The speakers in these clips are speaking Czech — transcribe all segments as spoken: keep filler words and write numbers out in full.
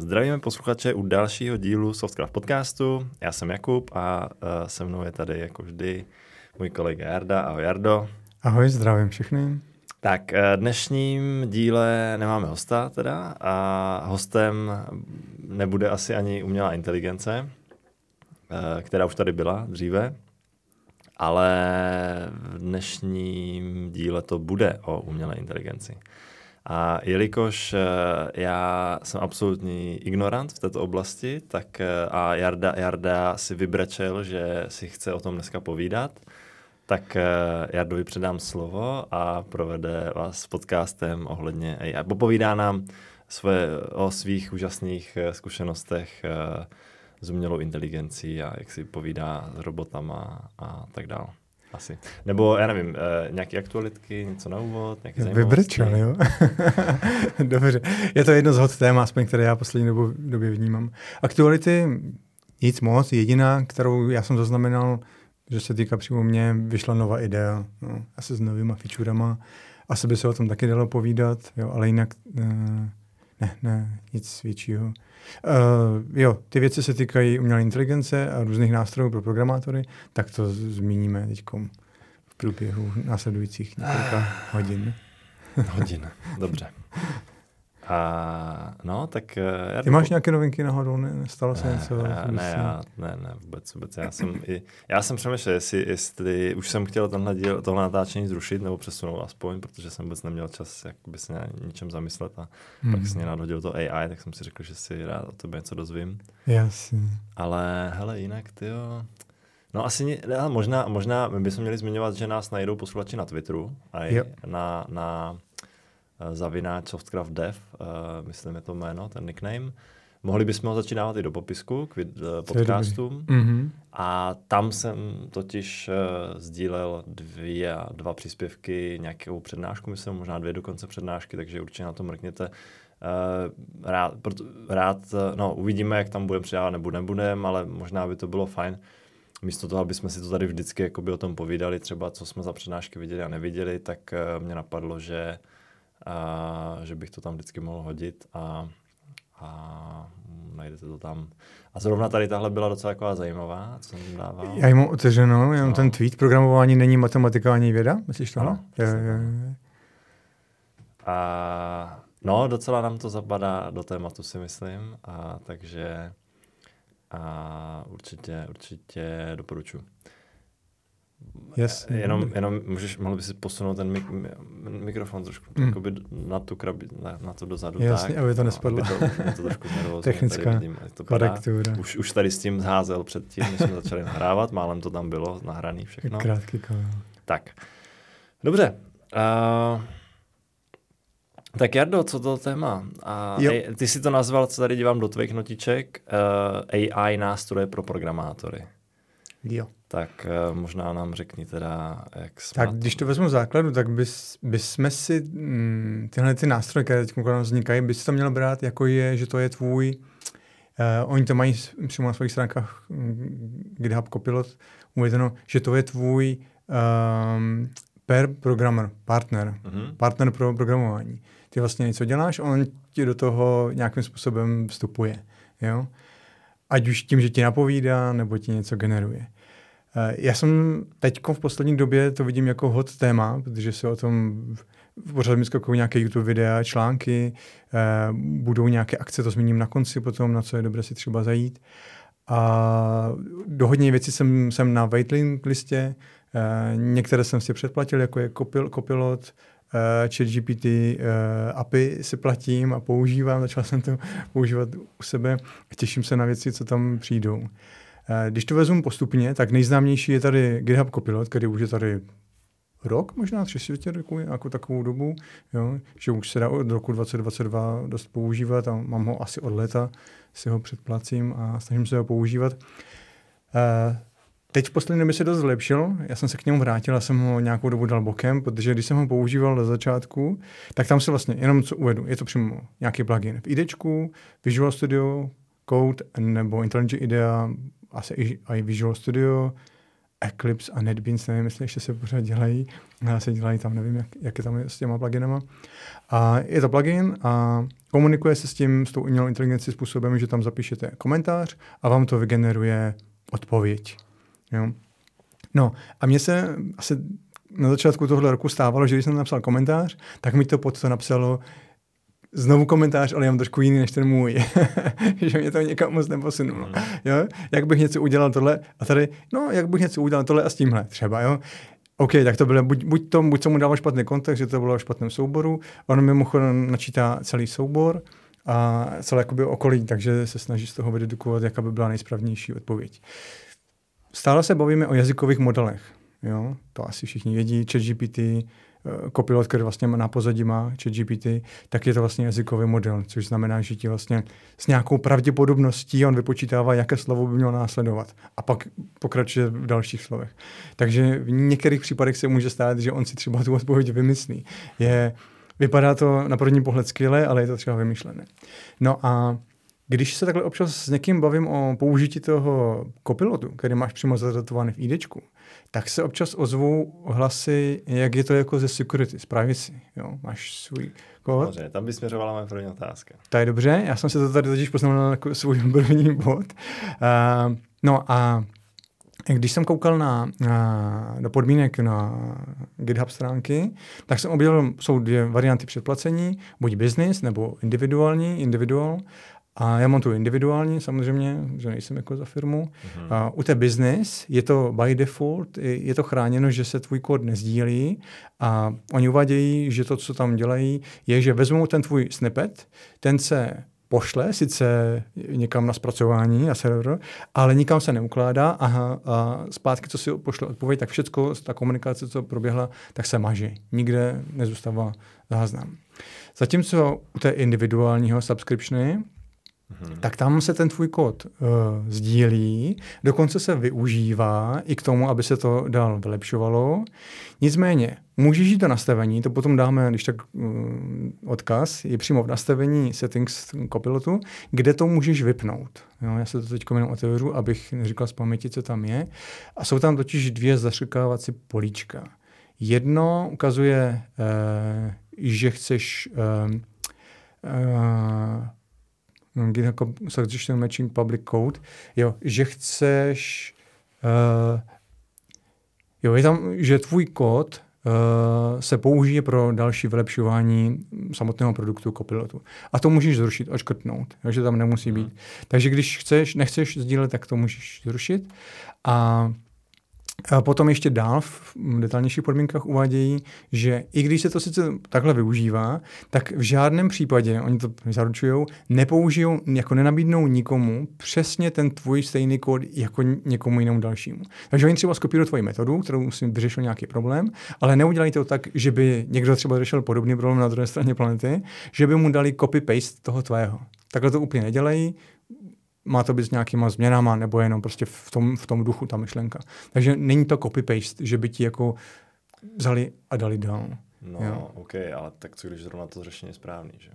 Zdravíme posluchače u dalšího dílu Softcraft podcastu. Já jsem Jakub a uh, se mnou je tady jako vždy můj kolega Jarda. Ahoj Jardo. Ahoj, zdravím všechny. Tak v dnešním díle nemáme hosta teda a hostem nebude asi ani umělá inteligence, uh, která už tady byla dříve, ale v dnešním díle to bude o umělé inteligenci. A jelikož já jsem absolutní ignorant v této oblasti, tak a Jarda, Jarda si vybrečel, že si chce o tom dneska povídat, tak Jardovi předám slovo a provede vás s podcastem ohledně A I. Popovídá nám svoje, o svých úžasných zkušenostech s umělou inteligencí a jak si povídá s robotama a tak dále. Asi. Nebo, já nevím, eh, nějaké aktualitky, něco na úvod, nějaké zajímavosti? Vybrčel, jo? Dobře. Je to jedno z hot téma, aspoň, které já poslední dobu, době vnímám. Aktuality nic moc. Jediná, kterou já jsem zaznamenal, že se týká přímo mě, vyšla nová idea. No, asi s novýma featurama. Asi by se o tom taky dalo povídat, jo, ale jinak ne, ne, ne nic většího. Uh, jo, ty věci se týkají umělé inteligence a různých nástrojů pro programátory, tak to zmíníme teď v průběhu následujících několika hodin. Hodin, dobře. A no, tak... Já Ty máš po... nějaké novinky náhodou? Ne, nestalo se ne, něco? Ne, ne, já, ne, ne, vůbec, vůbec. Já jsem, i, já jsem přemýšlel, jestli, jestli už jsem chtěl tenhle, díl, tohle natáčení zrušit nebo přesunout aspoň, protože jsem vůbec neměl čas jakoby se na ničem zamyslet a hmm. pak se mě nadhodil to A I, tak jsem si řekl, že si rád o tebe něco dozvím. Jasně. Ale hele, jinak tyjo... No asi, ne, možná, možná my bychom měli zmiňovat, že nás najdou posluchači na Twitteru a yep. na... na zavináč Softcraft Dev, uh, myslím je to jméno, ten nickname. Mohli bychom ho začít dávat i do popisku k vid- podcastům. Mm-hmm. A tam jsem totiž uh, sdílel dvě, dva příspěvky, nějakou přednášku, myslím, možná dvě dokonce přednášky, takže určitě na to mrkněte. Uh, rád, proto, rád, no uvidíme, jak tam budeme přidávat, nebo nebudeme, ale možná by to bylo fajn. Místo toho, aby jsme si to tady vždycky jakoby o tom povídali, třeba co jsme za přednášky viděli a neviděli, tak uh, mě napadlo, že a že bych to tam vždycky mohl hodit a, a najdete to tam. A zrovna tady tahle byla docela taková zajímavá, co jsem tam dával. Já ji mám otevřenou, jenom no. Ten tweet, programování není matematika ani věda, myslíš to? Ano. Je, je, je. A no, docela nám to zapadá do tématu, si myslím, a takže a určitě, určitě doporučuji. Yes. Jenom, jenom můžeš, mohl by si posunout ten mik, mikrofon trošku mm. jakoby na tu krabi, na, na to dozadu. Jasně, tak, aby to nespadlo. No, aby to, to trošku znervozně. Technická vidím, to korektura. Už, už tady s tím zházel předtím, než jsme začali nahrávat, málem to tam bylo nahraný všechno. Krátký kolo. Tak, dobře. Uh, tak Jardo, co to téma? Uh, ej, ty si to nazval, co tady dívám do tvých notiček, uh, A I nástroje pro programátory. Jo. Tak uh, možná nám řekni teda, jak jsme... Tak když to vezmu v základu, tak bys, bychom si mm, tyhle ty nástroje, které teď vznikají, bys to měl brát, jako je, že to je tvůj... Uh, oni to mají přímo na svých stránkách um, GitHub Copilot uvedeno, že to je tvůj um, pair programmer, partner, mm-hmm. partner pro programování. Ty vlastně něco děláš, on ti do toho nějakým způsobem vstupuje. Jo? Ať už tím, že ti napovídá, nebo ti něco generuje. Já jsem teď v poslední době to vidím jako hot téma, protože se o tom pořád mi skakují nějaké YouTube videa, články, budou nějaké akce, to zmíním na konci potom, na co je dobré si třeba zajít. A do hodně věcí jsem, jsem na waitlist listě, některé jsem si předplatil, jako je Copilot, ChatGPT, A P I si platím a používám, začal jsem to používat u sebe a těším se na věci, co tam přijdou. Když to vezmu postupně, tak nejznámější je tady GitHub Copilot, který už je tady rok, možná tři čtvrtě roku, jako takovou dobu, jo, že už se dá od roku dvacet dvacet dva dost používat a mám ho asi od léta, si ho předplacím a snažím se ho používat. Teď v poslední době se dost zlepšil, já jsem se k němu vrátil a jsem ho nějakou dobu dal bokem, protože když jsem ho používal na začátku, tak tam se vlastně, jenom co uvedu, je to přímo nějaký plugin v IDčku, Visual Studio Code nebo IntelliJ IDEA, asi i, i Visual Studio, Eclipse a NetBeans, nevím, jestli ještě se pořád dělají, ale se dělají tam, nevím, jak, jak je tam s těma pluginama. A je to plugin a komunikuje se s tím, s tou umělou inteligencí způsobem, že tam zapíšete komentář a vám to vygeneruje odpověď. Jo? No a mně se asi na začátku tohoto roku stávalo, že když jsem napsal komentář, tak mi to pod to napsalo znovu komentář, ale já mám trošku jiný než ten můj. Že mě to někam moc neposunulo. Jo? Jak bych něco udělal tohle a tady, no jak bych něco udělal tohle a s tímhle třeba, jo. OK, tak to bylo, buď, buď, to, buď to mu dával špatný kontext, že to bylo v špatném souboru, on mimochodem načítá celý soubor a celé jakoby okolí, takže se snaží z toho vydedukovat, jaká by byla nejsprávnější odpověď. Stále se bavíme o jazykových modelech. Jo? To asi všichni vědí, ChatGPT, Copilot, který vlastně na pozadí má ChatGPT, tak je to vlastně jazykový model, což znamená, že ti vlastně s nějakou pravděpodobností on vypočítává, jaké slovo by mělo následovat a pak pokračuje v dalších slovech. Takže v některých případech se může stát, že on si třeba tu odpověď vymyslí. Je, vypadá to na první pohled skvěle, ale je to třeba vymyšlené. No a když se takhle občas s někým bavím o použití toho Copilotu, který máš přímo zadatovaný v IDčku, tak se občas ozvou hlasy, jak je to jako ze security, z privacy. Jo, máš svůj kód. Dobře, tam by směřovala moje první otázka. To je dobře, já jsem se to tady totiž poznamenal jako svůj první bod. Uh, no a když jsem koukal na, na, do podmínek na GitHub stránky, tak jsem objevil, jsou dvě varianty předplacení, buď business nebo individuální, individual. A já mám tu individuální, samozřejmě, že nejsem jako za firmu. Mm-hmm. Uh, u té business je to by default, je to chráněno, že se tvůj kód nezdílí a oni uvádějí, že to, co tam dělají, je, že vezmou ten tvůj snippet, ten se pošle sice někam na zpracování, na server, ale nikam se neukládá a, a zpátky, co si pošle odpověď, tak všecko, ta komunikace, co proběhla, tak se maže. Nikde nezůstává záznam. Zatímco u té individuálního subscriptiony, Hmm. tak tam se ten tvůj kód uh, sdílí, dokonce se využívá i k tomu, aby se to dál vylepšovalo. Nicméně, můžeš jít do nastavení, to potom dáme, když tak uh, odkaz, je přímo v nastavení settings Copilotu, kde to můžeš vypnout. Jo, já se to teď jenom otevřu, abych neříkal z paměti, co tam je. A jsou tam totiž dvě zaškrkávací políčka. Jedno ukazuje, uh, že chceš uh, uh, GitHub Suggestion Matching Public Code, jo, že chceš, uh, jo, je tam, že tvůj kód uh, se použije pro další vylepšování samotného produktu Copilotu. A to můžeš zrušit, odškrtnout, takže tam nemusí být. Takže když chceš, nechceš sdílet, tak to můžeš zrušit. A A potom ještě dál v detailnějších podmínkách uvádějí, že i když se to sice takhle využívá, tak v žádném případě, oni to zaručují, nepoužijou, jako nenabídnou nikomu přesně ten tvůj stejný kód jako někomu jinému dalšímu. Takže oni třeba skopírují tvoji metodu, kterou si vyřešil nějaký problém, ale neudělají to tak, že by někdo třeba řešil podobný problém na druhé straně planety, že by mu dali copy-paste toho tvého. Takhle to úplně nedělají. Má to být s nějakýma změnama, nebo jenom prostě v tom, v tom duchu ta myšlenka. Takže není to copy-paste, že by ti jako vzali a dali dál. No, jo. OK, ale tak co když zrovna to řešení je správný, že?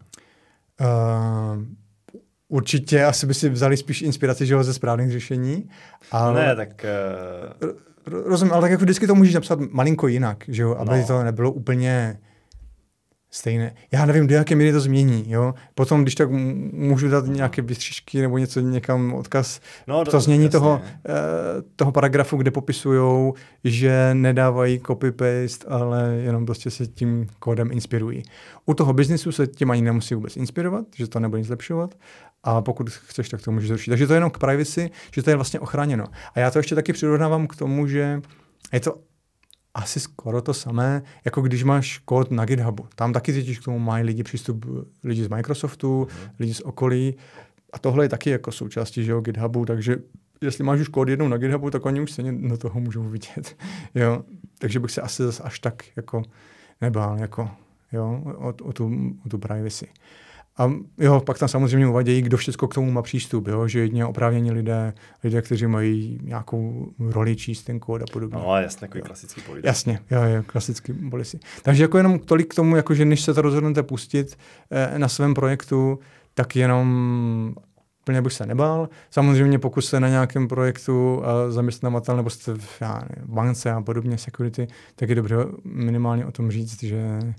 Uh, určitě asi by si vzali spíš inspiraci, že ho, ze správných řešení. Ale... Ne, tak... Uh... Rozumím, ale tak jako vždycky to můžeš napsat malinko jinak, že jo, aby no. to nebylo úplně... stejné. Já nevím, do jaké míry to změní. Jo? Potom, když tak můžu dát nějaké vystřížky nebo něco někam odkaz, no, to, to změní toho, eh, toho paragrafu, kde popisujou, že nedávají copy-paste, ale jenom prostě se tím kódem inspirují. U toho biznisu se tím ani nemusí vůbec inspirovat, že to nebude nic zlepšovat. A pokud chceš, tak to můžeš zrušit. Takže to je jenom k privacy, že to je vlastně ochráněno. A já to ještě taky přirovnávám k tomu, že je to asi skoro to samé, jako když máš kód na GitHubu. Tam taky cítíš, k tomu mají lidi přístup, lidi z Microsoftu, mm. lidi z okolí. A tohle je taky jako součástí, že jo, GitHubu, takže jestli máš už kód jednou na GitHubu, tak oni už stejně do toho můžou vidět. Jo? Takže bych se asi zase až tak jako nebál, jako, jo, o, o, tu, o tu privacy. A jo, pak tam samozřejmě uvadějí, kdo všechno k tomu má přístup, jo? Že jedině oprávnění lidé, lidé, kteří mají nějakou roli číst ten kód a podobně. No jasně, takový klasický policy. Jasně, jo, jo, klasický policy. Takže jako jenom tolik k tomu, jako že než se to rozhodnete pustit eh, na svém projektu, tak jenom plně bych se nebál. Samozřejmě pokud jste na nějakém projektu a zaměstnavatel nebo jste v, já nevím, bance a podobně, security, tak je dobře minimálně o tom říct, že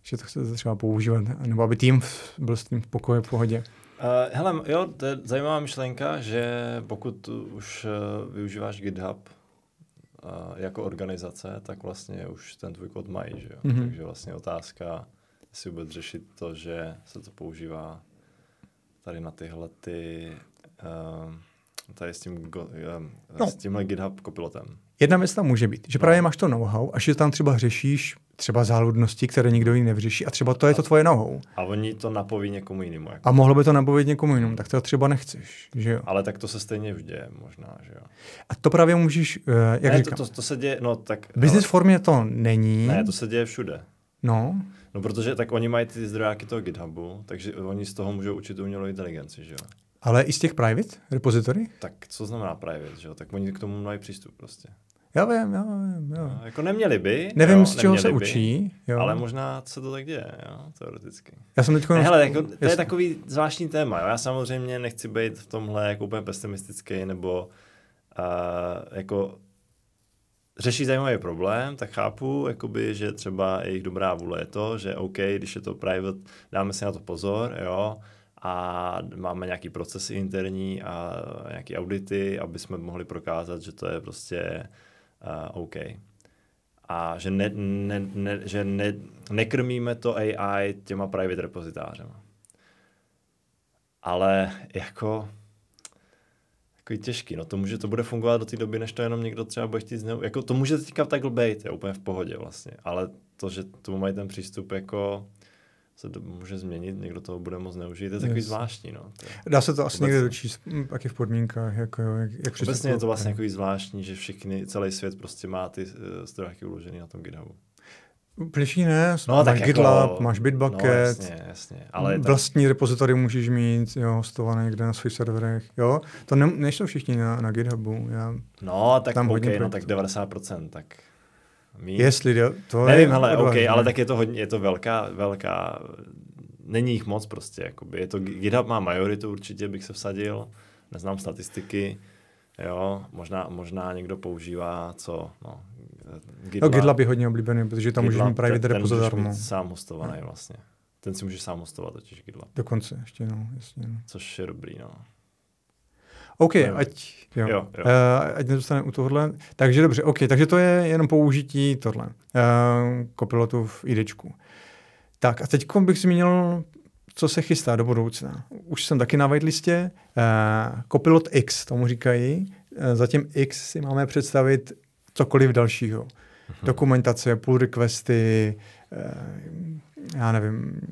že to chcete třeba používat, nebo aby tým byl s tím v pokoji, v pohodě. Uh, hele, jo, to je zajímavá myšlenka, že pokud už uh, využíváš GitHub uh, jako organizace, tak vlastně už ten tvůj kód mají, že jo? Mm-hmm. Takže vlastně otázka, jestli vůbec řešit to, že se to používá tady na tyhle ty, uh, tady s tím go, uh, no. s tímhle GitHub Copilotem. Jedna věc tam může být, že právě no. máš to know-how a že tam třeba řešíš třeba záludnosti, které nikdo jiný nevyřeší a třeba to je to tvoje know-how. A oni to napoví někomu jinému. Jako. A mohlo by to napovědět někomu jinému, tak to třeba nechceš, že jo? Ale tak to se stejně už děje možná, že jo? A to právě můžeš, uh, jak ne, říkám. To, to, to se děje, no tak... V business ale... formě to není. Ne, to se děje všude. No. No protože tak oni mají ty zdrojáky toho GitHubu, takže oni z toho můžou učit umělou inteligenci, že jo? Ale i z těch private repository? Tak co znamená private, že jo? Tak oni k tomu mají přístup prostě. Já vím, já vím, jo. No, jako neměli by. Nevím, jo, z čeho se by, učí. Jo. Ale možná se to tak děje, jo, teoreticky. Já jsem teďko... Ne, hele, jako, to je takový zvláštní téma, jo. Já samozřejmě nechci být v tomhle jako úplně pesimistický, nebo uh, jako řešit zajímavý problém, tak chápu, jakoby, že třeba jejich dobrá vůle je to, že OK, když je to private, dáme si na to pozor, jo, a máme nějaký procesy interní a nějaké audity, aby jsme mohli prokázat, že to je prostě uh, OK. A že, ne, ne, ne, že ne, nekrmíme to A I těma private repozitářema. Ale jako takový těžký, no to může, to bude fungovat do té doby, než to jenom někdo třeba bude chtít zneužít. Jako to může teďka takhle být, je úplně v pohodě vlastně, ale to, že tomu mají ten přístup jako se to může změnit, někdo toho bude moc zneužít, to je takový yes. zvláštní. No. To je, dá se to asi někde dočíst, taky v podmínkách, jako, jak, jak obecně je to vlastně takový zvláštní, že všichni, celý svět prostě má ty uh, zdrojáky uložený na tom GitHubu. Plněší ne, no, máš GitLab, jako, máš Bitbucket, no, jasně, jasně. Ale vlastní repository můžeš mít, jo, hostované někde na svých serverech, jo. To ne, nejsou všichni na, na GitHubu. Já no, tak tam OK, no tak devadesát procent, tak míň. Jestli to nevím, je... hele, OK, ale tak je to hodně, je to velká, velká, není jich moc prostě, jakoby. Je to, GitHub má majoritu, určitě bych se vsadil, neznám statistiky, jo, možná, možná někdo používá, co, no, GitLab, no, GitLab je hodně oblíbený, protože tam můžeš mít private repo zadarmo. Sám hostovaný no. vlastně. Ten si můžeš sám hostovat, totiž GitLab. Dokonce, ještě no, jasně. No. Což je dobrý, no. OK, no, ať, jo. Jo, jo. Uh, ať nezůstane u tohohle. Takže dobře, OK, takže to je jenom použití tohle. Uh, Copilotu v IDčku. Tak a teď bych zmínil, co se chystá do budoucna. Už jsem taky na whitelistě. Uh, Copilot X, tomu říkají. Uh, zatím X si máme představit cokoliv dalšího. Uh-huh. Dokumentace, pull requesty, uh, já nevím,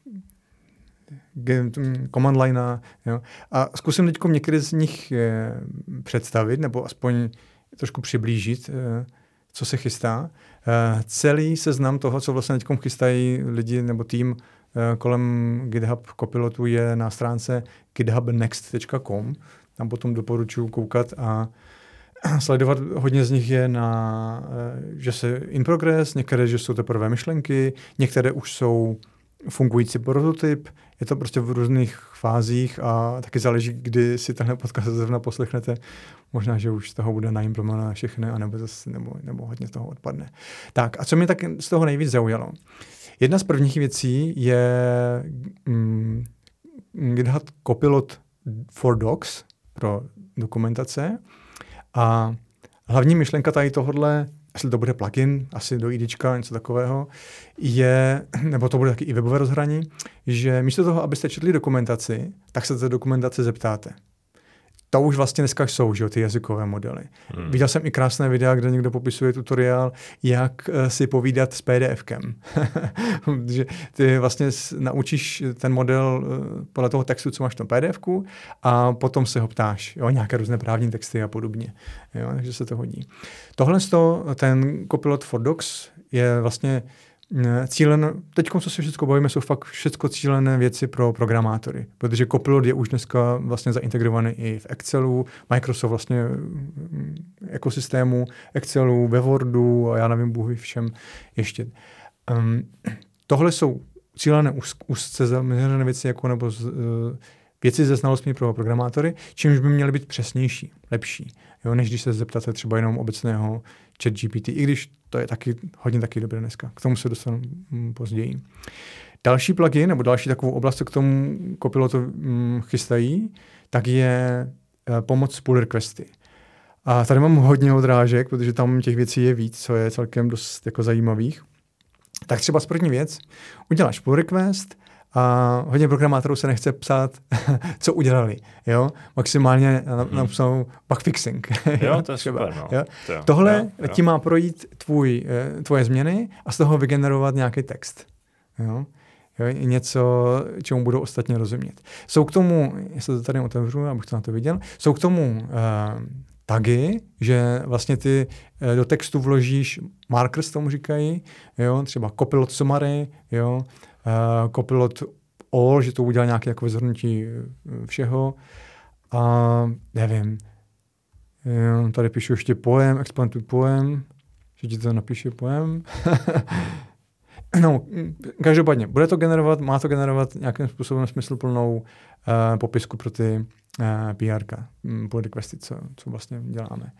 command line. Jo. A zkusím teď některé z nich eh, představit, nebo aspoň trošku přiblížit, eh, co se chystá. Eh, celý seznam toho, co vlastně teď chystají lidi nebo tým eh, kolem GitHub Copilotu je na stránce github next tečka com. Tam potom doporučuji koukat a sledovat. Hodně z nich je na, že se in progress, některé, že jsou teprve myšlenky, některé už jsou fungující prototyp, je to prostě v různých fázích a taky záleží, kdy si tenhle podcast zrovna poslechnete. Možná, že už z toho bude naimplementovat všechny, anebo, zase, nebo, nebo hodně z toho odpadne. Tak a co mě tak z toho nejvíc zaujalo? Jedna z prvních věcí je mm, GitHub Copilot for Docs, pro dokumentace. A hlavní myšlenka tady tohodle, jestli to bude plugin, asi do IDčka, něco takového, je, nebo to bude taky i webové rozhraní, že místo toho, abyste četli dokumentaci, tak se té dokumentace zeptáte. To už vlastně dneska jsou, že jo, ty jazykové modely. Hmm. Viděl jsem i krásné videa, kde někdo popisuje tutoriál, jak si povídat s PDFkem. Že ty vlastně naučíš ten model podle toho textu, co máš v tom PDFku a potom se ho ptáš. Jo, nějaké různé právní texty a podobně. Jo, takže se to hodí. Tohle ten Copilot for Docs je vlastně cílené, teď, co se všechno bavíme, jsou fakt všechno cílené věci pro programátory, protože Copilot je už dneska vlastně zaintegrovaný i v Excelu, Microsoft vlastně ekosystému Excelu, ve Wordu a já nevím, bůh všem ještě. Um, tohle jsou cílené úzce zaměřené věci, jako nebo z, uh, věci ze znalostmi pro programátory, čímž by měly být přesnější, lepší, jo, než když se zeptáte třeba jenom obecného ChatGPT, i když to je taky hodně taky dobré dneska. K tomu se dostanu později. Další plugin, nebo další takovou oblast, co k tomu Copilotu chystají, tak je pomoc s pull requesty. A tady mám hodně odrážek, protože tam těch věcí je víc, co je celkem dost jako zajímavých. Tak třeba první věc, uděláš pull request a hodně programátorů se nechce psát, co udělali. Jo? Maximálně napsal bug fixing. Jo, to je super. No. Jo? To jo. Tohle jo, jo. ti má projít tvůj, tvoje změny a z toho vygenerovat nějaký text. Jo? Jo? Něco, čemu budou ostatně rozumět. Jsou k tomu, jestli to tady otevřu, abych to na to viděl, jsou k tomu uh, tagy, že vlastně ty uh, do textu vložíš markers, tomu říkají, jo? Třeba Copilot summary, jo? Uh, Copilot all, že to udělá nějaké jako vyzhrnutí všeho. A nevím, jo, tady píšu ještě poem, expand to poem, že ti to napíše poem. No, každopádně, bude to generovat, má to generovat nějakým způsobem smysluplnou uh, popisku pro ty uh, P R ka, pull requesty, co, co vlastně děláme.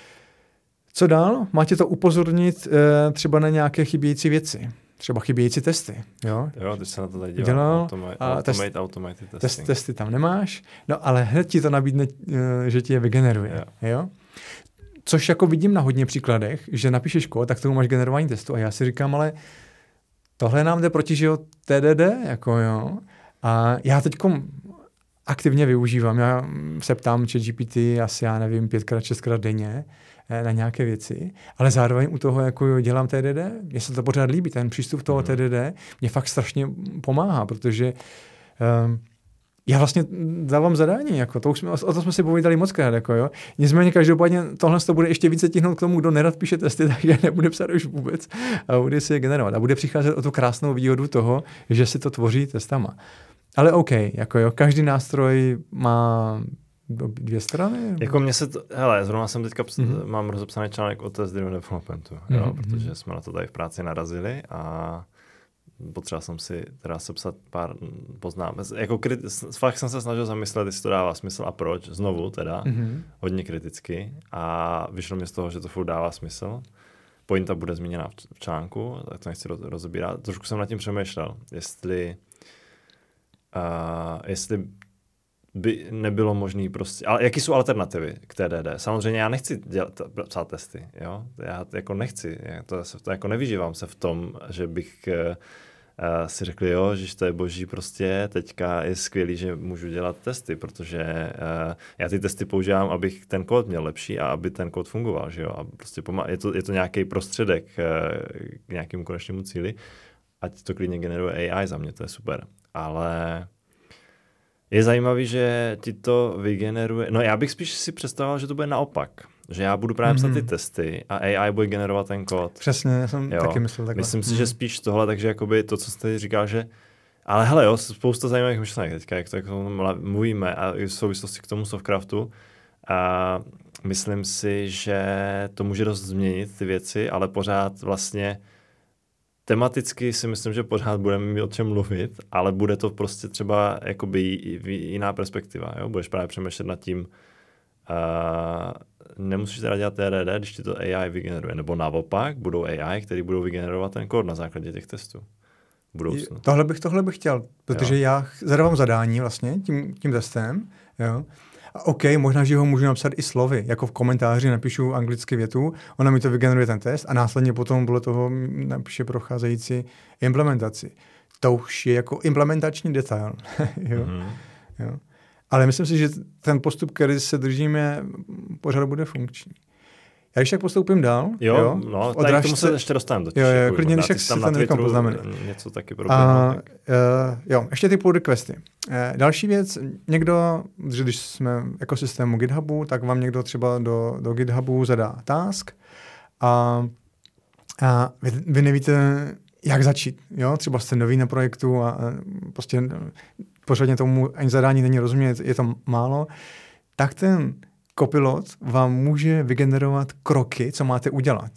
Co dál? Má tě to upozornit uh, třeba na nějaké chybějící věci. Třeba chybějící testy. Jo, jo ty se na to tady dělá. Dělal, automate, a automate, test, automate testing. Test, testy tam nemáš, no ale hned ti to nabídne, že ti je vygeneruje. Jo. Jo? Což jako vidím na hodně příkladech, že napíšeš kód, tak tomu máš generování testu a já si říkám, ale tohle nám jde proti, že jo, T D D, jako jo. A já teďkom aktivně využívám, já se ptám ChatGPT asi, já nevím, pětkrát, šestkrát denně na nějaké věci, ale zároveň u toho jako dělám T D D, mně se to pořád líbí, ten přístup toho mm. T D D mě fakt strašně pomáhá, protože um, já vlastně dávám zadání, jako to už jsme, o to jsme si povídali mockrát, jako jo. Nicméně každopádně tohle to bude ještě více tihnout k tomu, kdo nerad píše testy, takže nebude psát už vůbec a bude si je generovat. A bude přicházet o tu krásnou výhodu toho, že si to tvoří testama. Ale OK, jako jo, každý nástroj má dvě strany? Jako mě se to, hele, zrovna jsem teďka mm-hmm. mám rozepsaný článek o test driven developmentu, mm-hmm. jo, protože jsme na to tady v práci narazili a potřeboval jsem si teda sepsat pár poznámek. Jako kriti- fakt jsem se snažil zamyslet, jestli to dává smysl a proč, znovu teda, mm-hmm. hodně kriticky a vyšlo mi z toho, že to furt dává smysl. Pointa bude zmíněna v článku, tak to nechci rozebírat. Trošku jsem nad tím přemýšlel, jestli uh, jestli by nebylo možné prostě, ale jaký jsou alternativy k T D D? Samozřejmě já nechci dělat, psát testy, jo? Já jako nechci, já to, to jako nevyžívám se v tom, že bych uh, si řekl, jo, že to je boží prostě, teďka je skvělý, že můžu dělat testy, protože uh, já ty testy používám, abych ten kód měl lepší a aby ten kód fungoval, že jo? A prostě pomá- je to, je to nějaký prostředek uh, k nějakému konečnému cíli, ať to klidně generuje A I za mě, to je super, ale je zajímavý, že ti to vygeneruje. No já bych spíš si představoval, že to bude naopak. Že já budu právě psat mm-hmm. ty testy a A I bude generovat ten kód. Přesně, já jsem jo. taky myslel takhle. Myslím si, mm. že spíš tohle, takže jakoby to, co jste říkal, že ale hele jo, spousta zajímavých myšlenek teďka, jak to jako mluvíme a v souvislosti k tomu Softcraftu. A myslím si, že to může dost změnit ty věci, ale pořád vlastně tematicky si myslím, že pořád budeme mít o čem mluvit, ale bude to prostě třeba jakoby jiná perspektiva. Jo? Budeš právě přemýšlet nad tím, uh, nemusíš teda dělat T D D, když ti to A I vygeneruje, nebo naopak budou A I, který budou vygenerovat ten kód na základě těch testů. Budoucnu. Tohle bych, tohle bych chtěl, protože jo. já zadávám zadání vlastně tím, tím testem, jo. A OK, možná, že ho můžu napsat i slovy, jako v komentáři napíšu anglicky větu, ona mi to vygeneruje ten test a následně potom podle toho napíše procházející implementaci. To už je jako implementační detail. jo? Mm-hmm. jo. Ale myslím si, že ten postup, který se držíme, pořád bude funkční. Já když tak postoupím dál. Jo, jo no, tady k tomu se ještě dostaneme. Jo, jo, klidně, když tak si tam někam poznamená. Něco taky problémů. Uh, jo, ještě ty pull requesty. Uh, další věc, někdo, že když jsme v ekosystému GitHubu, tak vám někdo třeba do, do GitHubu zadá task a, a vy, vy nevíte, jak začít. Jo? Třeba jste nový na projektu a, a prostě pořádně tomu ani zadání není rozumět, je to málo. Tak ten Copilot vám může vygenerovat kroky, co máte udělat.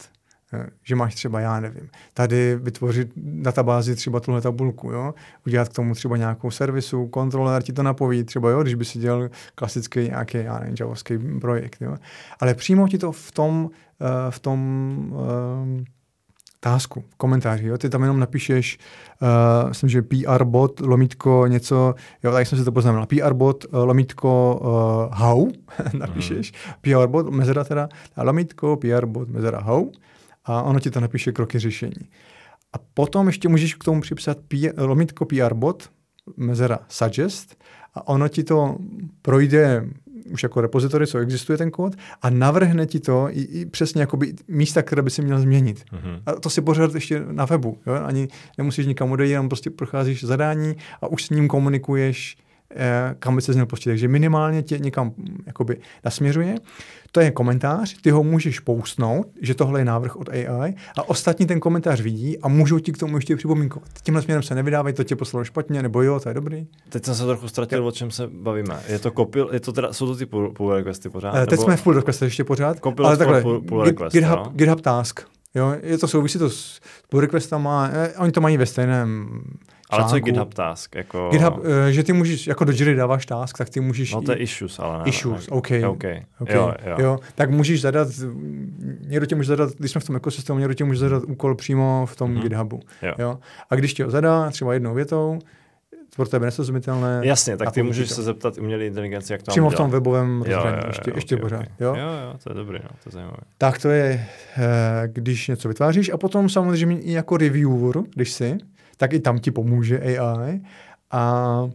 Že máš třeba, já nevím, tady vytvořit databázi třeba tuhle tabulku, jo? Udělat k tomu třeba nějakou servisu, kontroler ti to napoví, třeba jo, když by si dělal klasický nějaký, já nevím, javovský projekt, jo? Ale přímo ti to v tom, uh, v tom uh, tásku, v komentáři, jo? Ty tam jenom napíšeš, uh, myslím, že P R bot, lomítko, něco, jo, tak jsem si to poznamenal, P R bot, lomítko, uh, how, napíšeš, mm. P R bot, mezera teda, lomítko, P R bot, mezera how, a ono ti to napíše kroky řešení. A potom ještě můžeš k tomu připsat P, lomítko P R bot, mezera suggest, a ono ti to projde už jako repository, co existuje ten kód, a navrhne ti to i, i přesně jakoby místa, které by si měl změnit. Mm-hmm. A to si pořád ještě na webu. Jo? Ani nemusíš nikam odejít, jenom prostě procházíš zadání a už s ním komunikuješ, eh, kam by se měl pustit. Takže minimálně tě někam jakoby nasměřuje. To je komentář, ty ho můžeš postnout, že tohle je návrh od A I, a ostatní ten komentář vidí a můžou ti k tomu ještě připomínkovat. Tímhle směrem se nevydávají, to tě poslalo špatně, nebo jo, to je dobrý. Teď jsem se trochu ztratil, o čem se bavíme. Je to kopil, je to teda, jsou to ty pull, pull requesty pořád? Uh, teď nebo... jsme v pull requestech ještě pořád, ale takhle, pull, pull request, GitHub, no? GitHub task. Jo, je to souvisí to s pull requestama, eh, oni to mají ve stejném ale článku. co je GitHub task? Jako... GitHub, uh, že ty můžeš, jako do Jira dáváš task, tak ty můžeš... No to je issues, ale ne. Issues, ne, OK. okay. okay. Jo, jo. jo, tak můžeš zadat, někdo tě může zadat, když jsme v tom ekosystému, někdo tě může zadat úkol přímo v tom mm-hmm. GitHubu. Jo. Jo. A když tě ho zadá třeba jednou větou, pro tebe nesrozumitelné. Jasně, tak ty můžeš se zeptat umělé inteligenci, jak to přímo v tom webovém rozhraní, ještě, jo, ještě okay, pořád. Okay. Jo? jo, jo, to je dobrý, no, to je zajímavé. Tak to je, když něco vytváříš, a potom samozřejmě i jako reviewer, když jsi, tak i tam ti pomůže A I. A,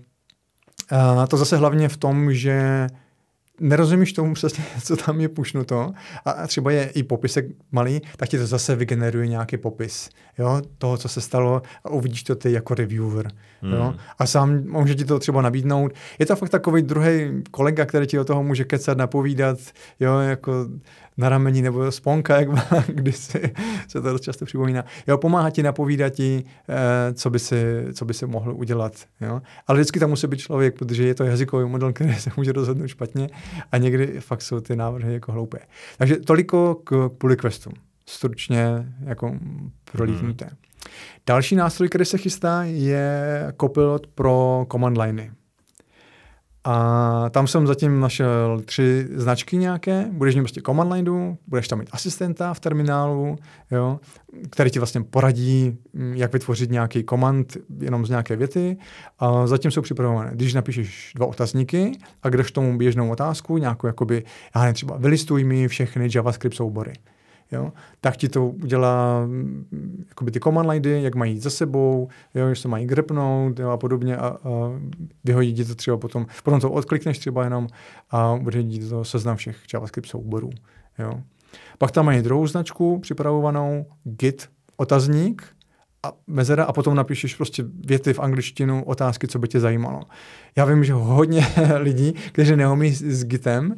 a to zase hlavně v tom, že nerozumíš tomu přesně, co tam je pušnuto, a třeba je i popisek malý, tak ti to zase vygeneruje nějaký popis, jo, toho, co se stalo, a uvidíš to ty jako reviewer. Hmm. Jo? A sám může ti to třeba nabídnout. Je to fakt takový druhý kolega, který ti do toho může kecat, napovídat, jo, jako na rameni nebo sponka, jak má, když si, se to dost často připomíná. Jo, pomáhá ti, napovídat ti, eh, co by si, co by si mohl udělat. Jo? Ale vždycky tam musí být člověk, protože je to jazykový model, který se může rozhodnout špatně, a někdy fakt jsou ty návrhy jako hloupé. Takže toliko k pull requestům. Stručně jako prolítnuté. Hmm. Další nástroj, který se chystá, je Copilot pro command liney. A tam jsem zatím našel tři značky nějaké. Budeš mít prostě command lineu, budeš tam mít asistenta v terminálu, jo, který ti vlastně poradí, jak vytvořit nějaký command jenom z nějaké věty. A zatím jsou připravované. Když napíšeš dva otazníky a když tomu běžnou otázku, nějakou jakoby, já nevím, třeba vylistuj mi všechny JavaScript soubory. Jo? Tak ti to udělá jakoby ty command liney, jak mají jít za sebou, jo? Že se mají grepnout, jo? A podobně, a, a vyhodí ti to třeba potom, potom to odklikneš třeba jenom a bude ti to seznam všech JavaScript souborů. Jo? Pak tam mají druhou značku připravovanou, git otazník a mezera, a potom napíšeš prostě věty v angličtinu, otázky, co by tě zajímalo. Já vím, že hodně lidí, kteří neumí s gitem,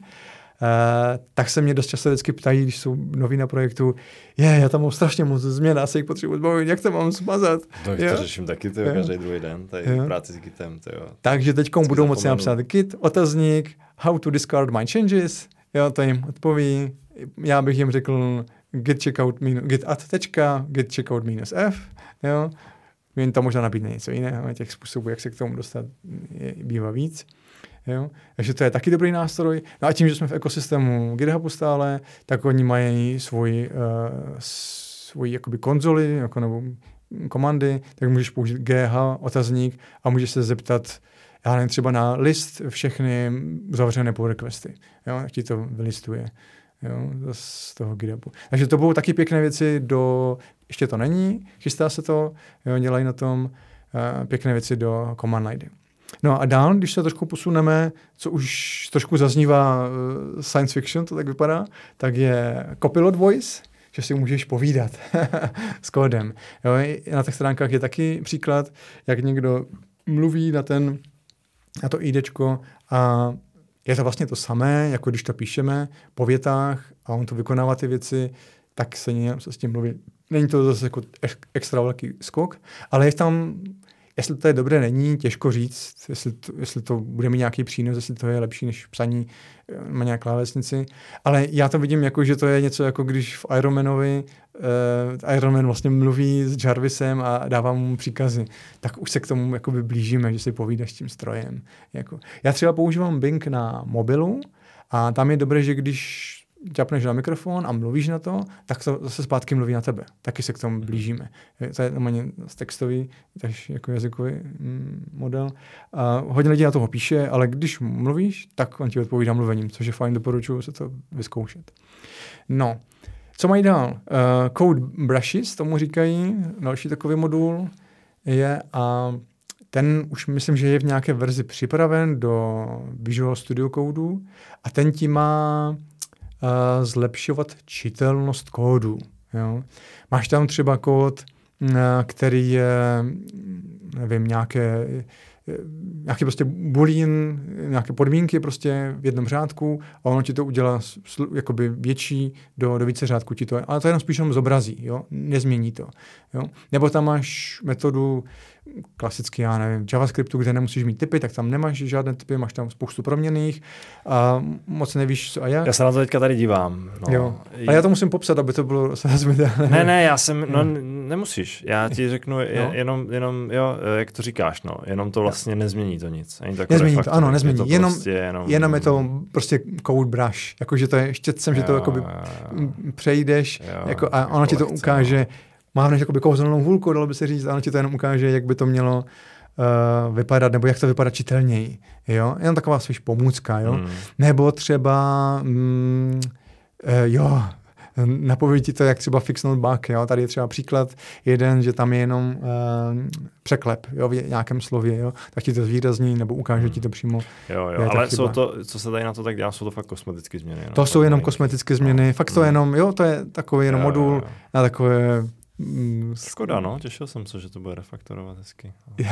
Uh, tak se mě dost často vždycky ptají, když jsou noví na projektu, je, já tam mám strašně moc změn, já se jich potřebuji zbavit, jak to mám smazat? No, to řeším taky, tyjo, každý druhý den, tady v práci s Gitem. Tyjo. Takže teďkom budou moci napsat git, otazník, how to discard my changes, jo, to jim odpoví, já bych jim řekl git checkout minus, git add tečka, git checkout minus f, jo, jen tam možná nabídne něco jiného, těch způsobů, jak se k tomu dostat, je, bývá víc. Jo? Takže to je taky dobrý nástroj. No a tím, že jsme v ekosystému GitHubu stále, tak oni mají svoji, uh, svoji jakoby konzoli jako nebo komandy, tak můžeš použít G H, otazník, a můžeš se zeptat, já nevím, třeba na list všechny uzavřené pull requesty. Jo? Jak ti to vylistuje, jo? Z toho GitHubu. Takže to budou taky pěkné věci do, ještě to není, chystá se to, jo? Dělají na tom uh, pěkné věci do command liney. No a dál, když se trošku posuneme, co už trošku zaznívá uh, science fiction, to tak vypadá, tak je Copilot Voice, že si můžeš povídat s kódem. Jo, na těch stránkách je taky příklad, jak někdo mluví na, ten, na to IDčko, a je to vlastně to samé, jako když to píšeme po větách a on to vykonává ty věci, tak se, se s tím mluví. Není to zase jako extra velký skok, ale je tam jestli to je dobré, není, těžko říct, jestli to, jestli to bude mít nějaký přínos, jestli to je lepší než psaní na nějaké klávesnici. Ale já to vidím jako, že to je něco jako když v Ironmanovi uh, Iron Man vlastně mluví s Jarvisem a dává mu příkazy. Tak už se k tomu jakoby blížíme, že si povídáš s tím strojem. Jako. Já třeba používám Bing na mobilu a tam je dobré, že když ťapneš na mikrofon a mluvíš na to, tak to zase zpátky mluví na tebe. Taky se k tomu blížíme. To je normálně textový, takže jako jazykový mm, model. A hodně lidí na toho píše, ale když mluvíš, tak on ti odpovídá mluvením, což je fajn, doporučuji se to vyzkoušet. No, co mají dál? Uh, Code Brushes, tomu říkají, další takový modul je a ten už myslím, že je v nějaké verzi připraven do Visual Studio Codeu a ten ti má Uh, zlepšovat čitelnost kódu. Jo? Máš tam třeba kód, uh, který je, nevím, nějaké, nějaký prostě boolean, nějaké podmínky prostě v jednom řádku a ono ti to udělá sl- jakoby větší do, do více řádků ti to, ale to jenom spíš jenom zobrazí, jo? Nezmění to. Jo? Nebo tam máš metodu klasicky, já nevím, JavaScriptu, kde nemusíš mít typy, tak tam nemáš žádné typy, máš tam spoustu proměnných a moc nevíš, co a jak. Já se na to teďka tady dívám. No. Jo. A já to musím popsat, aby to bylo srozumitelné. Ne, ne, já jsem, no nemusíš. Já ti řeknu je, no. jenom, jenom, jo, jak to říkáš, no, jenom to vlastně nezmění to nic. Ani to nezmění to, ano, nezmění. To jenom, prostě jenom, jenom je to prostě code brush, jakože to je štětcem, že to jakoby přejdeš jo, jako, a ono ti to lehce, ukáže, no. Mávneš jakoby kouzelnou hůlku, dalo by se říct, a ono ti to jenom ukáže, jak by to mělo uh, vypadat, nebo jak to vypadá čitelněji, jo, jenom taková spíš pomůcka, jo, hmm. nebo třeba, mm, uh, jo, napoví ti to, jak třeba fixnout bug, jo, tady je třeba příklad jeden, že tam je jenom uh, překlep, jo, v nějakém slově, jo, tak ti to zvýrazní, nebo ukáže hmm. ti to přímo. Jo, jo, ale jsou to, co se tady na to tak dělá, jsou to fakt kosmetické změny. No, to jsou jenom kosmetické změny, no. Fakt to jenom, jo, to je takový jenom jo, modul jo, jo. na takové. Škoda, no, těšil jsem se, že to bude refaktorovat hezky.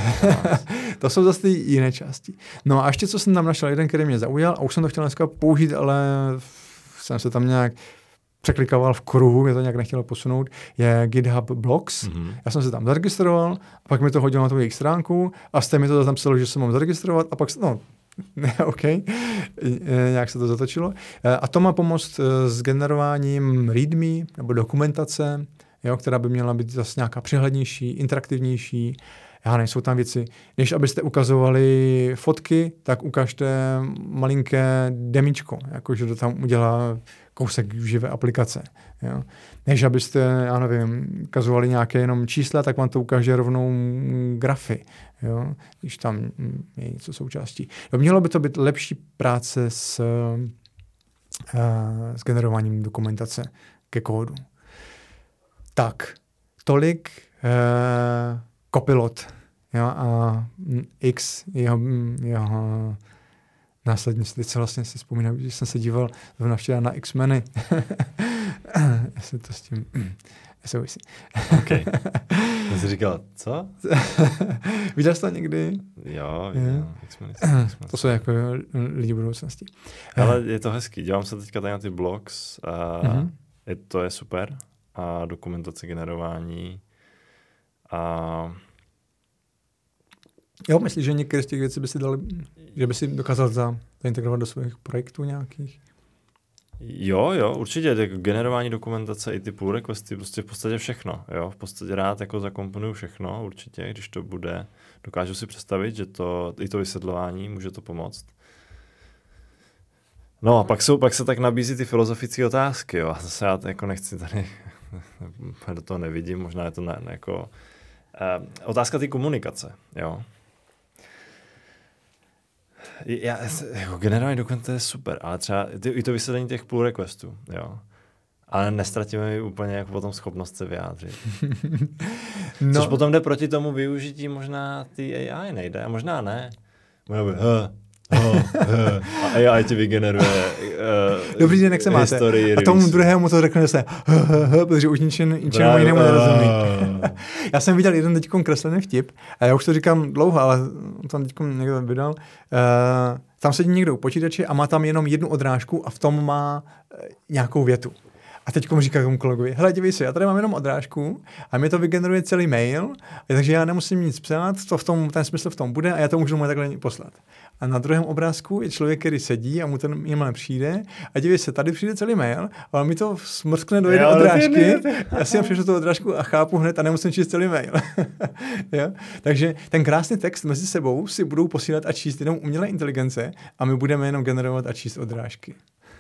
To jsou zase ty jiné části. No a ještě, co jsem tam našel, jeden, který mě zaujal, a už jsem to chtěl dneska použít, ale jsem se tam nějak překlikával v kruhu, mě to nějak nechtělo posunout, je GitHub Blocks. Mm-hmm. Já jsem se tam zaregistroval, a pak mi to hodilo na tu jejich stránku a jste mi to tam psalo, že se mám zaregistrovat a pak, no, ne, OK, nějak se to zatočilo. A to má pomoct s generováním readme nebo dokumentace, jo, která by měla být zase nějaká přehlednější, interaktivnější. Já nevím, jsou tam věci. Než abyste ukazovali fotky, tak ukažte malinké demíčko, jakože to tam udělá kousek živé aplikace. Jo. Než abyste, já nevím, ukazovali nějaké jenom čísla, tak vám to ukáže rovnou grafy, jo, když tam je něco součástí. No, mělo by to být lepší práce s, uh, s generováním dokumentace ke kódu. Tak, tolik uh, Copilot, jo, a X, jeho, jeho následně, teď se vlastně si vzpomínám, že jsem se díval zrovna včera na X-meny. Jestli to s tím souvisí. OK. Já jsi říkal, co? Viděl jsi to někdy? Jo, viděl. X-meny. To jsou jako lidi budoucnosti. Ale je to hezký. Dělám se teďka tady na ty blogs. A mm-hmm. je, to je super. A dokumentace generování. A jo, myslíš, že některé z těch věcí by si dali, že by si dokázal za, zaintegrovat do svých projektů nějakých? Jo, jo, určitě. Tak generování dokumentace i ty pull requesty, prostě v podstatě všechno. Jo, v podstatě rád jako zakomponuju všechno, určitě, když to bude. Dokážu si představit, že to, i to vysvětlování může to pomoct. No a pak, jsou, pak se tak nabízí ty filozofické otázky, jo. A zase já jako nechci tady, do toho nevidím, možná je to ne, ne jako... Uh, otázka té komunikace, jo. Já, jako generování dokumentace je super, ale třeba ty, i to vysvětlení těch pull requestů, jo. Ale nestratíme úplně jako potom schopnost se vyjádřit. No. Což potom jde proti tomu využití možná ty A I nejde, a možná ne. Možná by, huh. Oh, uh, a A I ti vygeneruje uh, dobrý den, jak se máte. A tomu druhému to řekne se, uh, uh, uh, protože už ničemu jinému nerozumí. Já jsem viděl jeden teďkom kreslený vtip, a já už to říkám dlouho, ale tam teďkom někdo vydal. Uh, tam sedí někdo u počítače a má tam jenom jednu odrážku a v tom má uh, nějakou větu. A teď mu říká tomu kolegovi, hele, dívej se, já tady mám jenom odrážku a mi to vygeneruje celý mail, takže já nemusím nic psát, to v tom, ten smysl v tom bude a já to můžu mu takhle poslat. A na druhém obrázku je člověk, který sedí a mu ten mail nepřijde a dívej se, tady přijde celý mail, ale mi to smrskne do jedné odrážky, já si přečtu tu odrážku a chápu hned a nemusím číst celý mail. Jo? Takže ten krásný text mezi sebou si budou posílat a číst jenom umělé inteligence a my budeme jenom generovat a číst odrážky.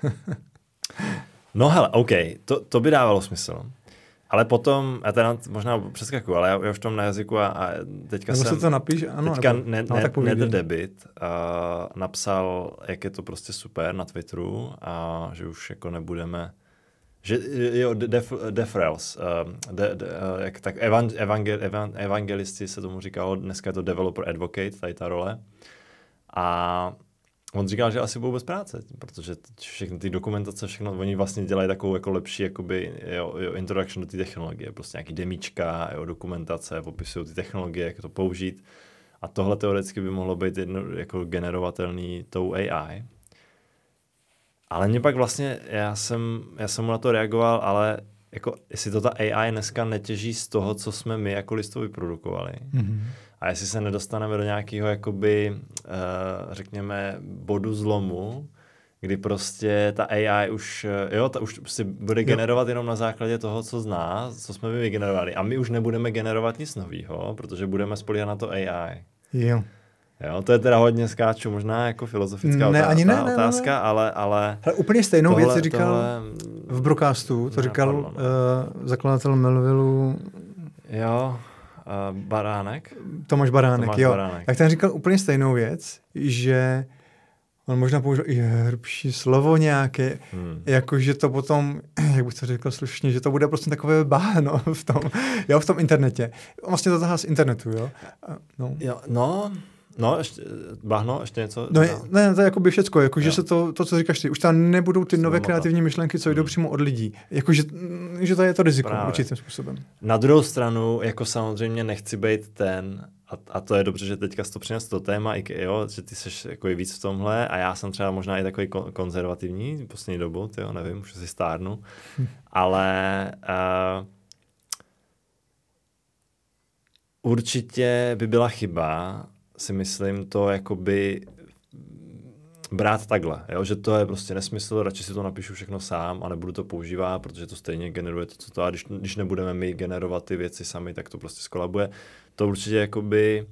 No hele, OK, to, to by dávalo smysl. Ale potom, já teda možná přeskakuju, ale já, já už tom na jazyku a, a teďka nebo jsem... se to napíš, ano. Teďka nebo, ne, no, ne, Nether Debit uh, napsal, jak je to prostě super na Twitteru a že už jako nebudeme... Že jo, def, defrails, uh, de, de, uh, jak tak evan, evangel, evan, evangelisti se tomu říkalo, dneska je to developer advocate, tady ta role. A on říkal, že asi budou bez práce, protože všechny ty dokumentace, všechno, oni vlastně dělají takovou jako lepší jakoby, jo, jo, introduction do té technologie, prostě nějaký demíčka, jo, dokumentace, popisují ty technologie, jak to použít. A tohle teoreticky by mohlo být jedno, jako generovatelný tou A I. Ale mě pak vlastně, já jsem, já jsem mu na to reagoval, ale jako, jestli to ta A I dneska netěží z toho, co jsme my jako listo vyprodukovali. Mm-hmm. A jestli se nedostaneme do nějakého, jakoby, uh, řekněme, bodu zlomu, kdy prostě ta A I už, jo, ta už si bude generovat jenom na základě toho, co zná, co jsme my vygenerovali. A my už nebudeme generovat nic nového, protože budeme spolíhat na to A I. Jo. Jo, to je teda hodně skáču, možná jako filozofická ne, otázka, ani ne, ne, otázka, ne. ale... ale Hele, úplně stejnou tohle, věc říkal tohle, v Broadcastu, to ne, říkal pardon, uh, zakladatel Melvillu. Jo, uh, Baránek. Tomáš Baránek, Tomáš jo. Baránek. Tak ten říkal úplně stejnou věc, že on možná použil i hrbší slovo nějaké, hmm. jakože to potom, jak bych to řekl slušně, že to bude prostě takové báhno v tom, jo, v tom internetě. Vlastně to tahá z internetu, jo. No, jo, no... No, ještě, bahno, ještě něco? No, ne, to je jakoby všecko, jakože jo. se to, to, co říkáš ty, už tam nebudou ty nové kreativní myšlenky, co jdou hmm. přímo od lidí. Jakože, že to je to riziko Právě. určitým způsobem. Na druhou stranu, jako samozřejmě nechci být ten, a, a to je dobře, že teďka jsi to přinesl to téma, i, jo, že ty jsi jako víc v tomhle a já jsem třeba možná i takový konzervativní poslední dobu, tyjo, nevím, už si stárnu, hm. ale uh, určitě by byla chyba si myslím to jakoby brát takhle, jo? Že to je prostě nesmysl, radši si to napíšu všechno sám a nebudu to používat, protože to stejně generuje to, co to a když, když nebudeme my generovat ty věci sami, tak to prostě skolabuje. To určitě jakoby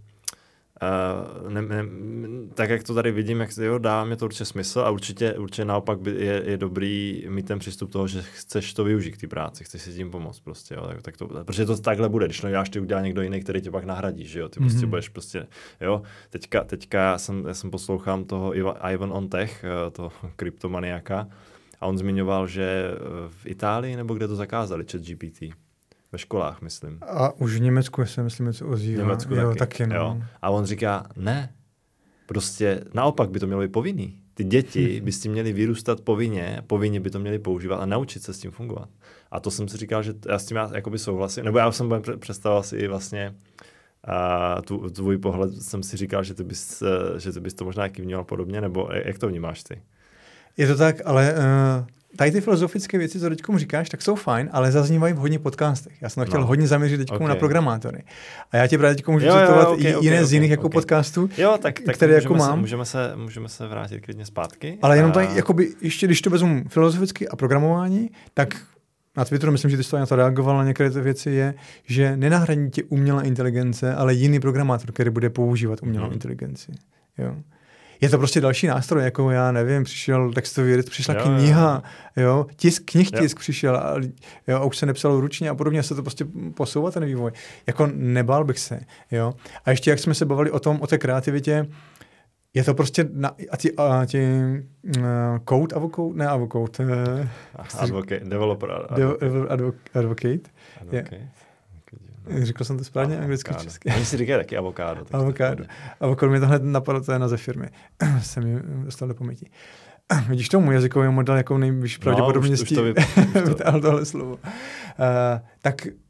Uh, ne, ne, tak jak to tady vidím, jak jo, dává mě to určitě smysl a určitě, určitě naopak by je, je dobrý mít ten přístup toho, že chceš to využít k té práci, chceš si tím pomoct prostě, jo, tak, tak to, protože to takhle bude, když neděláš, ty udělá někdo jiný, který tě pak nahradí, že jo, ty prostě mm-hmm. budeš prostě, jo, teďka, teďka já jsem, já jsem poslouchám toho Ivan on Tech, toho kryptomaniaka a on zmiňoval, že v Itálii nebo kde to zakázali, ChatGPT. Ve školách, myslím. A už v Německu se myslím, co ozývá. V Německu jo, taky. taky no. Jo. A on říká, ne, prostě naopak by to mělo být povinný. Ty děti hmm. by s tím měly vyrůstat povinně, povinně by to měly používat a naučit se s tím fungovat. A to jsem si říkal, že já s tím já jakoby souhlasím, nebo já jsem představoval si i vlastně a tu, tvůj pohled, jsem si říkal, že ty bys, že ty bys to možná jaký vnímal podobně, nebo jak to vnímáš ty? Je to tak, ale... Uh... Tady ty filozofické věci, co teďkom říkáš, tak jsou fajn, ale zaznívají v hodně podcastech. Já jsem to chtěl no. hodně zaměřit teďkom okay. na programátory. A já ti právě teďkom můžu citovat okay, jiné okay, z jiných okay, jako okay. podcastů, jo, tak, tak které jako se, mám. Můžeme se, můžeme se vrátit klidně zpátky. Ale jenom tady, jakoby, ještě když to vezmu filozoficky a programování, tak na Twitteru, myslím, že ty jsi to na to reagoval na některé ty věci, je, že nenahradí tě umělá inteligence, ale jiný programátor, který bude používat umělou hmm. inteligenci. Jo. Je to prostě další nástroj, jako já nevím, přišel textový edit, přišla jo, kniha, jo. jo, tisk, knih tisk jo. přišel a, jo, a už se nepsalo ručně a podobně, se to prostě posouvá ten vývoj. Jako nebál bych se, jo. A ještě jak jsme se bavili o tom, o té kreativitě, je to prostě, na, a ti, a ti uh, code, avocode, ne avocode. Uh, advocate, developer advocate. Advocate. advocate. advocate. Řekl jsem to správně anglicky, česky. Oni si říkají taky avokádo. Tak avokádo. Avokádo mě to hned napadlo, to je název firmy. Jsem mi dostal do paměti. Vidíš tomu jazykovému model, jakou nejvyšší pravděpodobností no, vytáhl tohle slovo. Uh, tak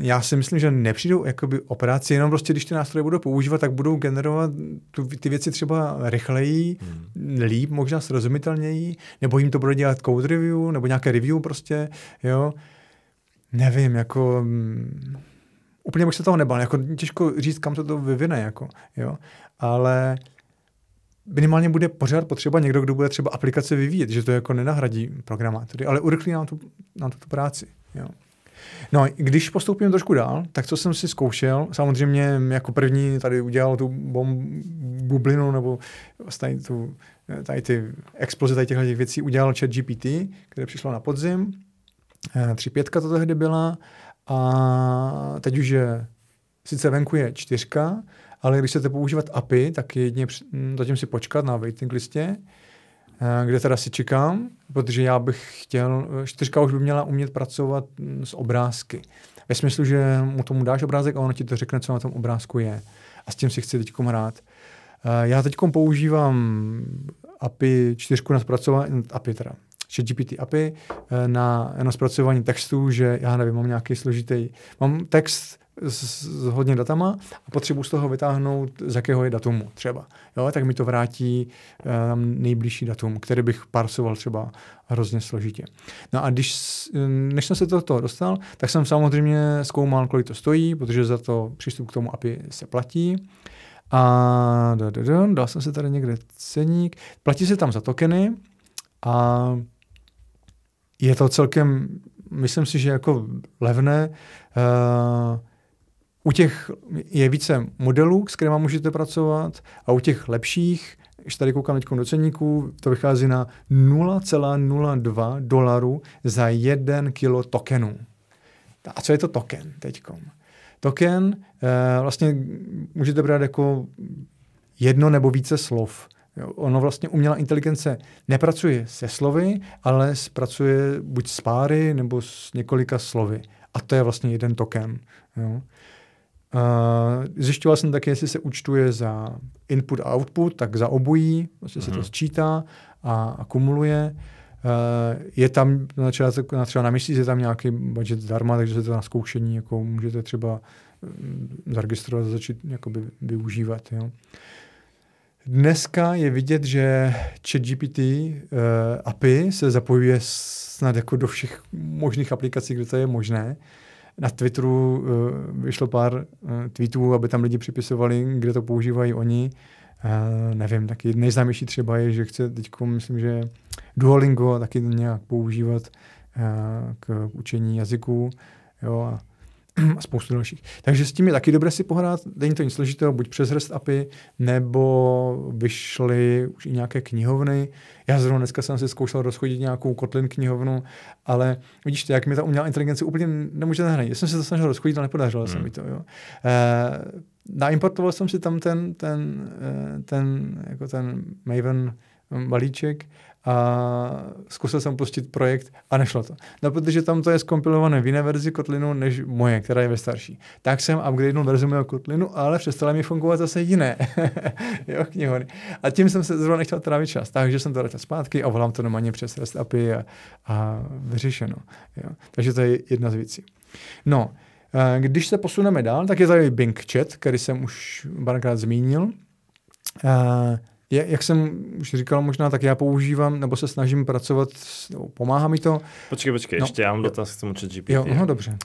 já si myslím, že nepřijdou jakoby operaci, jenom prostě, když ty nástroje budou používat, tak budou generovat tu, ty věci třeba rychleji, hmm. líp, možná srozumitelněji, nebo jim to bude dělat code review, nebo nějaké review prostě, jo. Nevím, jako... Úplně bych se toho nebál, jako těžko říct, kam to to vyvine, jako, jo. Ale minimálně bude pořád potřeba někdo, kdo bude třeba aplikace vyvíjet, že to jako nenahradí programátory, ale urychlí nám tu, nám tu práci, jo. No, když postoupím trošku dál, tak co jsem si zkoušel, samozřejmě jako první tady udělal tu bom, bublinu, nebo tady, tu, tady ty exploze tady těchto věcí udělal ChatGPT, které přišlo na podzim, tři pětka to tehdy byla, a teď už je, sice venku je čtyřka, ale když chcete používat A P I, tak jedně zatím si počkat na waiting listě, kde teda si čekám, protože já bych chtěl, čtyřka už by měla umět pracovat s obrázky. Ve smyslu, že mu tomu dáš obrázek a ono ti to řekne, co na tom obrázku je. A s tím si chci teďkom hrát. Já teďkom používám A P I čtyři na zpracování, A P I teda, ChatGPT A P I na, na zpracování textu, že já nevím, mám nějaký složitý, mám text s, s hodně datama a potřebuji z toho vytáhnout, z jakého je datumu třeba. Jo, tak mi to vrátí um, nejbližší datum, který bych parsoval třeba hrozně složitě. No a když, než jsem se do toho dostal, tak jsem samozřejmě zkoumal, kolik to stojí, protože za to přístup k tomu A P I se platí. A da, da, da, dal jsem se tady někde ceník. Platí se tam za tokeny a je to celkem, myslím si, že jako levné. Uh, u těch je více modelů, s kterými můžete pracovat, a u těch lepších, když tady koukám teď do ceníků, to vychází na nula celá nula dva dolaru za jeden kilo tokenů. A co je to token teďkom? Token uh, vlastně můžete brát jako jedno nebo více slov. Jo, ono vlastně umělá inteligence nepracuje se slovy, ale pracuje buď s páry nebo s několika slovy. A to je vlastně jeden token. Jo. Uh, zjišťoval jsem taky, jestli se účtuje za input a output, tak za obojí, vlastně mm-hmm. se to sčítá a akumuluje. Uh, je tam třeba, třeba na měsíc je tam nějaký budget zdarma, takže se to na zkoušení jako můžete třeba zaregistrovat a začít jakoby využívat. Jo. Dneska je vidět, že ChatGPT uh, A P I se zapojuje snad jako do všech možných aplikací, kde to je možné. Na Twitteru uh, vyšlo pár uh, tweetů, aby tam lidi připisovali, kde to používají oni. Uh, nevím, taky nejznámější třeba je, že chce teď, myslím, že Duolingo taky nějak používat uh, k učení jazyků. Jo, a a spoustu dalších. Takže s tím je taky dobré si pohrát, není to nic složitého, buď přes REST A P I, nebo vyšly už i nějaké knihovny. Já zrovna dneska jsem si zkoušel rozchodit nějakou Kotlin knihovnu, ale vidíš to, jak mi ta umělá inteligence úplně nemůže nahradit. Já jsem se to snažil rozchodit, ale nepodařilo hmm. se mi to. Jo. E, naimportoval jsem si tam ten, ten, ten, jako ten Maven balíček a zkusil jsem pustit projekt a nešlo to. No, protože tam to je zkompilované v jiné verzi Kotlinu než moje, která je ve starší. Tak jsem upgradenul verzi mého Kotlinu, ale přestala mi fungovat zase jiné jo, knihony. A tím jsem se zrovna nechtěl trávit čas, takže jsem to dal zpátky a volám to normálně přes REST A P I a, a vyřešeno. Jo. Takže to je jedna z věcí. No, když se posuneme dál, tak je tady Bing Chat, který jsem už párkrát zmínil. Je, jak jsem už říkal možná, tak já používám, nebo se snažím pracovat, nebo pomáhá mi to. Počkej, počkej, no, ještě já mám dotaz k tomu ChatGPT. Jo, no, dobře.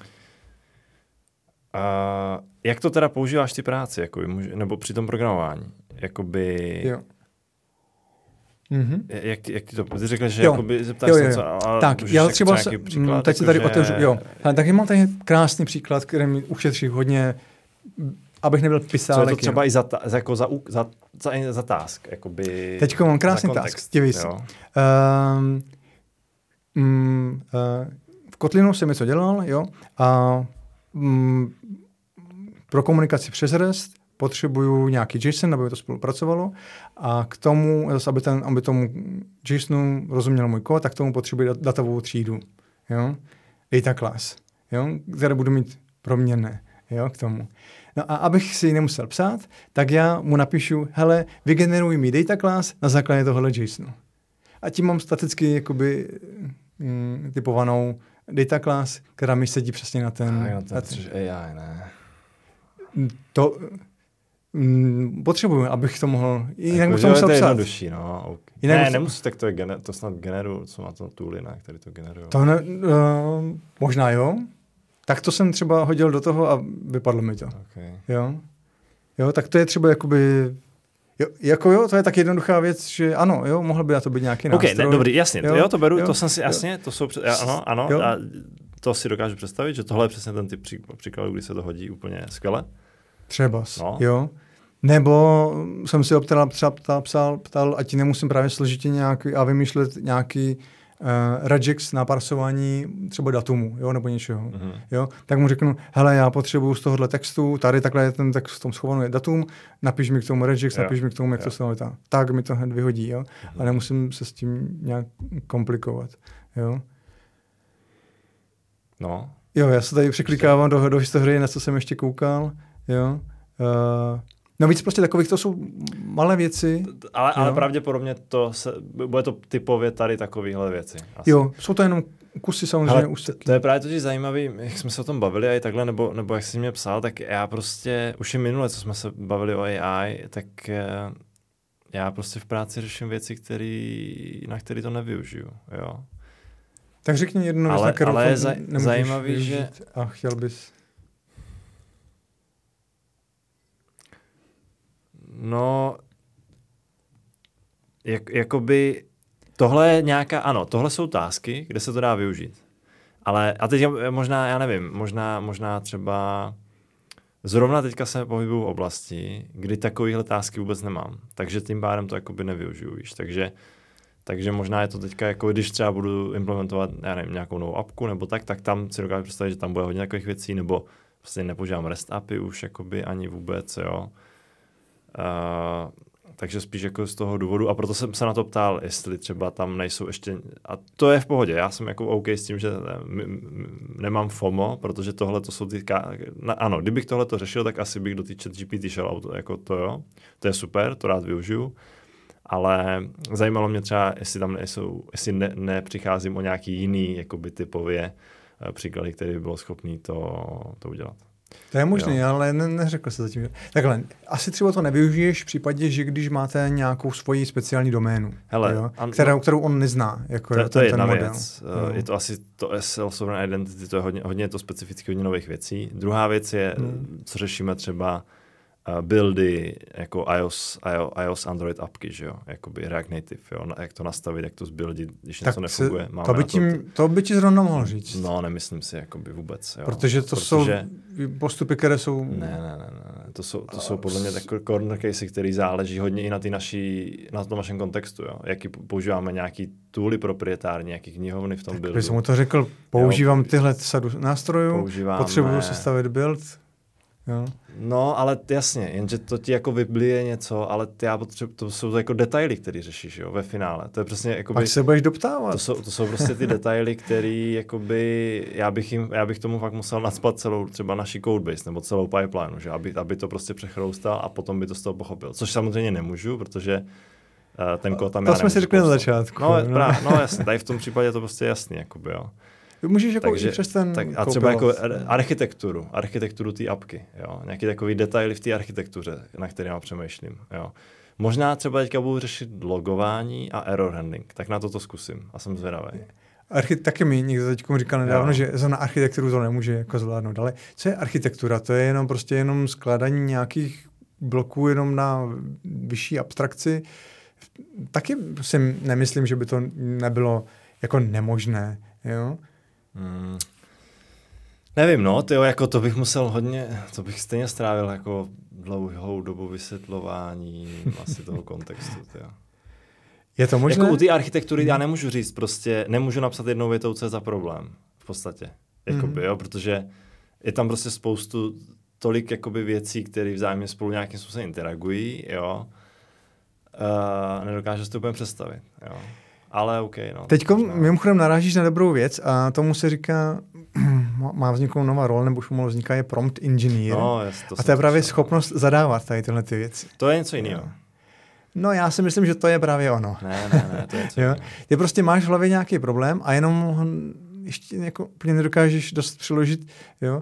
A jak to teda používáš ty práci, jako, nebo při tom programování? Jakoby... Jo. Mm-hmm. Jak, jak ty to, ty řekl, že jo. jakoby zeptáš jo, se jo. něco, ale tak, já třeba se, příklad, teď jako si tady že... otevřu, jo. Ale taky mám tady krásný příklad, který mi ušetří hodně, abych nebyl pisálek. Co je to třeba jo. i za, ta, jako za, za, za, za task? Jakoby teďko mám krásný task, dívej si. Um, um, uh, v Kotlinu jsem něco dělal, jo, a um, pro komunikaci přes REST potřebuju nějaký JSON, aby to spolupracovalo, a k tomu, aby, ten, aby tomu JSONu rozuměl můj kód, tak k tomu potřebuji datovou třídu, jo, data class, jo, které budu mít proměnné, jo, k tomu. No a abych si ji nemusel psát, tak já mu napíšu, hele, vygeneruj mi data class na základě tohohle JSONu. A tím mám staticky jakoby mm, typovanou data class, která mi sedí přesně na ten... A jo, to je A I, ne? To mm, potřebuji, abych to mohl... Jinak jako, bych to musel to je psát. jednodušší, no. Okay. Ne, to... nemusíš, tak to je gener, to snad generu, co má to tooly, ne, který to generuje. To ne, uh, možná jo. Tak to jsem třeba hodil do toho a vypadlo mi to. Okay. Jo. Jo, tak to je třeba jakoby... Jo, jako jo, to je tak jednoduchá věc, že ano, jo, mohl by na to být nějaký nástroj. Ok, ne, dobrý, jasně, jo, jo, to beru, jo, to jsem si, jasně, jo. to jsou, ano, ano, jo. a to si dokážu představit, že tohle je přesně ten typ příkladů, kdy se to hodí úplně skvěle. Třeba, no. jo. Nebo jsem si optal, třeba ptal, psal, ptal, ať nemusím právě složitě nějaký a vymýšlet nějaký uh, regex na parsování třeba datumu, jo, nebo něčeho. Mm-hmm. Jo, tak mu řeknu, hele, já potřebuju z tohohle textu, tady takhle je ten text v tom schovaný je datum, napiš mi k tomu regex, jo. napiš mi k tomu, jak jo. to se ta. Tak mi to hned vyhodí, jo. Mm-hmm. A nemusím se s tím nějak komplikovat, jo. No. Jo, já se tady překlikávám do, do historie, na co jsem ještě koukal, jo. Uh, No víc prostě takových, to jsou malé věci. Ale, ale pravděpodobně to se, bude to typově tady takovýhle věci. Asi. Jo, jsou to jenom kusy samozřejmě. Ale to, to je právě totiž zajímavý, jak jsme se o tom bavili a i takhle, nebo, nebo jak jsi mě psal, tak já prostě, už i minule, co jsme se bavili o A I, tak já prostě v práci řeším věci, který, na které to nevyužiju, jo. Tak řekni jednu věc, ale, na kterou ale to je zaj- zajímavý, využít že... A chtěl bys... No, jak, jakoby, tohle je nějaká, ano, tohle jsou tásky, kde se to dá využít. Ale, a teď možná, já nevím, možná, možná třeba, zrovna teďka se pohybuju v oblasti, kdy takovýhle tásky vůbec nemám. Takže tím pádem to jakoby nevyužiju, víš. Takže, takže možná je to teďka, jako když třeba budu implementovat, já nevím, nějakou novou apku nebo tak, tak tam si dokážu představit, že tam bude hodně takových věcí, nebo prostě nepoužívám REST A P I už jakoby ani vůbec, jo. Uh, takže spíš jako z toho důvodu a proto jsem se na to ptal, jestli třeba tam nejsou ještě, a to je v pohodě, já jsem jako OK s tím, že m- m- nemám FOMO, protože tohle to jsou ty, ká- na, ano, kdybych tohle to řešil, tak asi bych do té ChatGPT šel auto, jako to jo, to je super, to rád využiju, ale zajímalo mě třeba, jestli tam nejsou, jestli ne, nepřicházím o nějaký jiný, jakoby typově příklady, který by bylo schopný to, to udělat. To je možný, jo. Ale ne, neřekl se zatím. Takhle, asi třeba to nevyužiješ v případě, že když máte nějakou svoji speciální doménu, hele, jo, an, kterou, kterou on nezná. Jako to, je to ten, je jedna ten věc. Uh, je to asi to S L Sovereign Identity, to je hodně, hodně je to specificky hodně nových věcí. Druhá věc je, hmm. co řešíme třeba uh, buildy jako iOS, iOS, Android appky, že jo, jakoby React Native, jo, jak to nastavit, jak to zbuildit, když něco nefunguje. Se, Máme to, by tím, to, to by ti zrovna mohl říct. No, nemyslím si jakoby vůbec. Jo. Protože to Protože... jsou postupy, které jsou... Ne, ne, ne, ne. To jsou, to jsou podle mě takové corner casey, který záleží hodně i na ty naší, na tom našem kontextu, jo. Jaký používáme nějaký tooly proprietární, nějaký knihovny v tom tak buildu. Když jsem mu to řekl, používám jo, tyhle sadu nástrojů, používáme... potřebuju sestavit build. Jo. No, ale jasně, jenže to ti jako vyblije něco, ale já potřebuji, to jsou to jako detaily, které řešíš, jo, ve finále. To je přesně jakoby... Pak se budeš doptávat. To jsou, to jsou prostě ty detaily, které jakoby, já bych, jim, já bych tomu fakt musel nacpat celou třeba naši codebase, nebo celou pipeline, že, aby, aby to prostě přechroustal a potom by to z toho pochopil. Což samozřejmě nemůžu, protože uh, ten kód tam to já jsme si řekli na začátku. No, no. Právě, no jasně, tady v tom případě je to prostě jasný, jakoby, jo. Můžeš jako Takže, i přes ten tak, a třeba jako architekturu, architekturu té apky, jo. Nějaký takový detaily v té architektuře, na kterýma přemýšlím, jo. Možná třeba teďka budu řešit logování a error handling, tak na to to zkusím a jsem zvědavý. Archi- taky mi někdo teď říkal nedávno, jo. Že za na architekturu to nemůže jako zvládnout. Ale co je architektura? To je jenom prostě jenom skládání nějakých bloků jenom na vyšší abstrakci. Taky si nemyslím, že by to nebylo jako nemožné, jo. Hmm. Nevím, no, tyjo, jako to bych musel hodně, to bych stejně strávil jako dlouhou dobu vysvětlování asi toho kontextu, tyjo. Je to možné? Jako u té architektury já nemůžu říct prostě, nemůžu napsat jednou větou, co je za problém, v podstatě, jakoby, mm. jo, protože je tam prostě spoustu tolik jakoby věcí, které vzájemně spolu nějakým způsobem interagují, jo, uh, nedokážu si to úplně představit, jo. Ale OK, no. Teďko mimochodem narážíš na dobrou věc a tomu se říká, má vzniknout nová role, nebo už mu vzniká, je prompt engineer. No, jest, to a to je právě slyšel, schopnost no. zadávat tady tyhle ty věci. To je něco jiného. No já si myslím, že to je právě ono. Ne, ne, ne, to je něco jo? Ty prostě máš v hlavě nějaký problém a jenom ještě jako úplně nedokážeš dost přiložit, jo.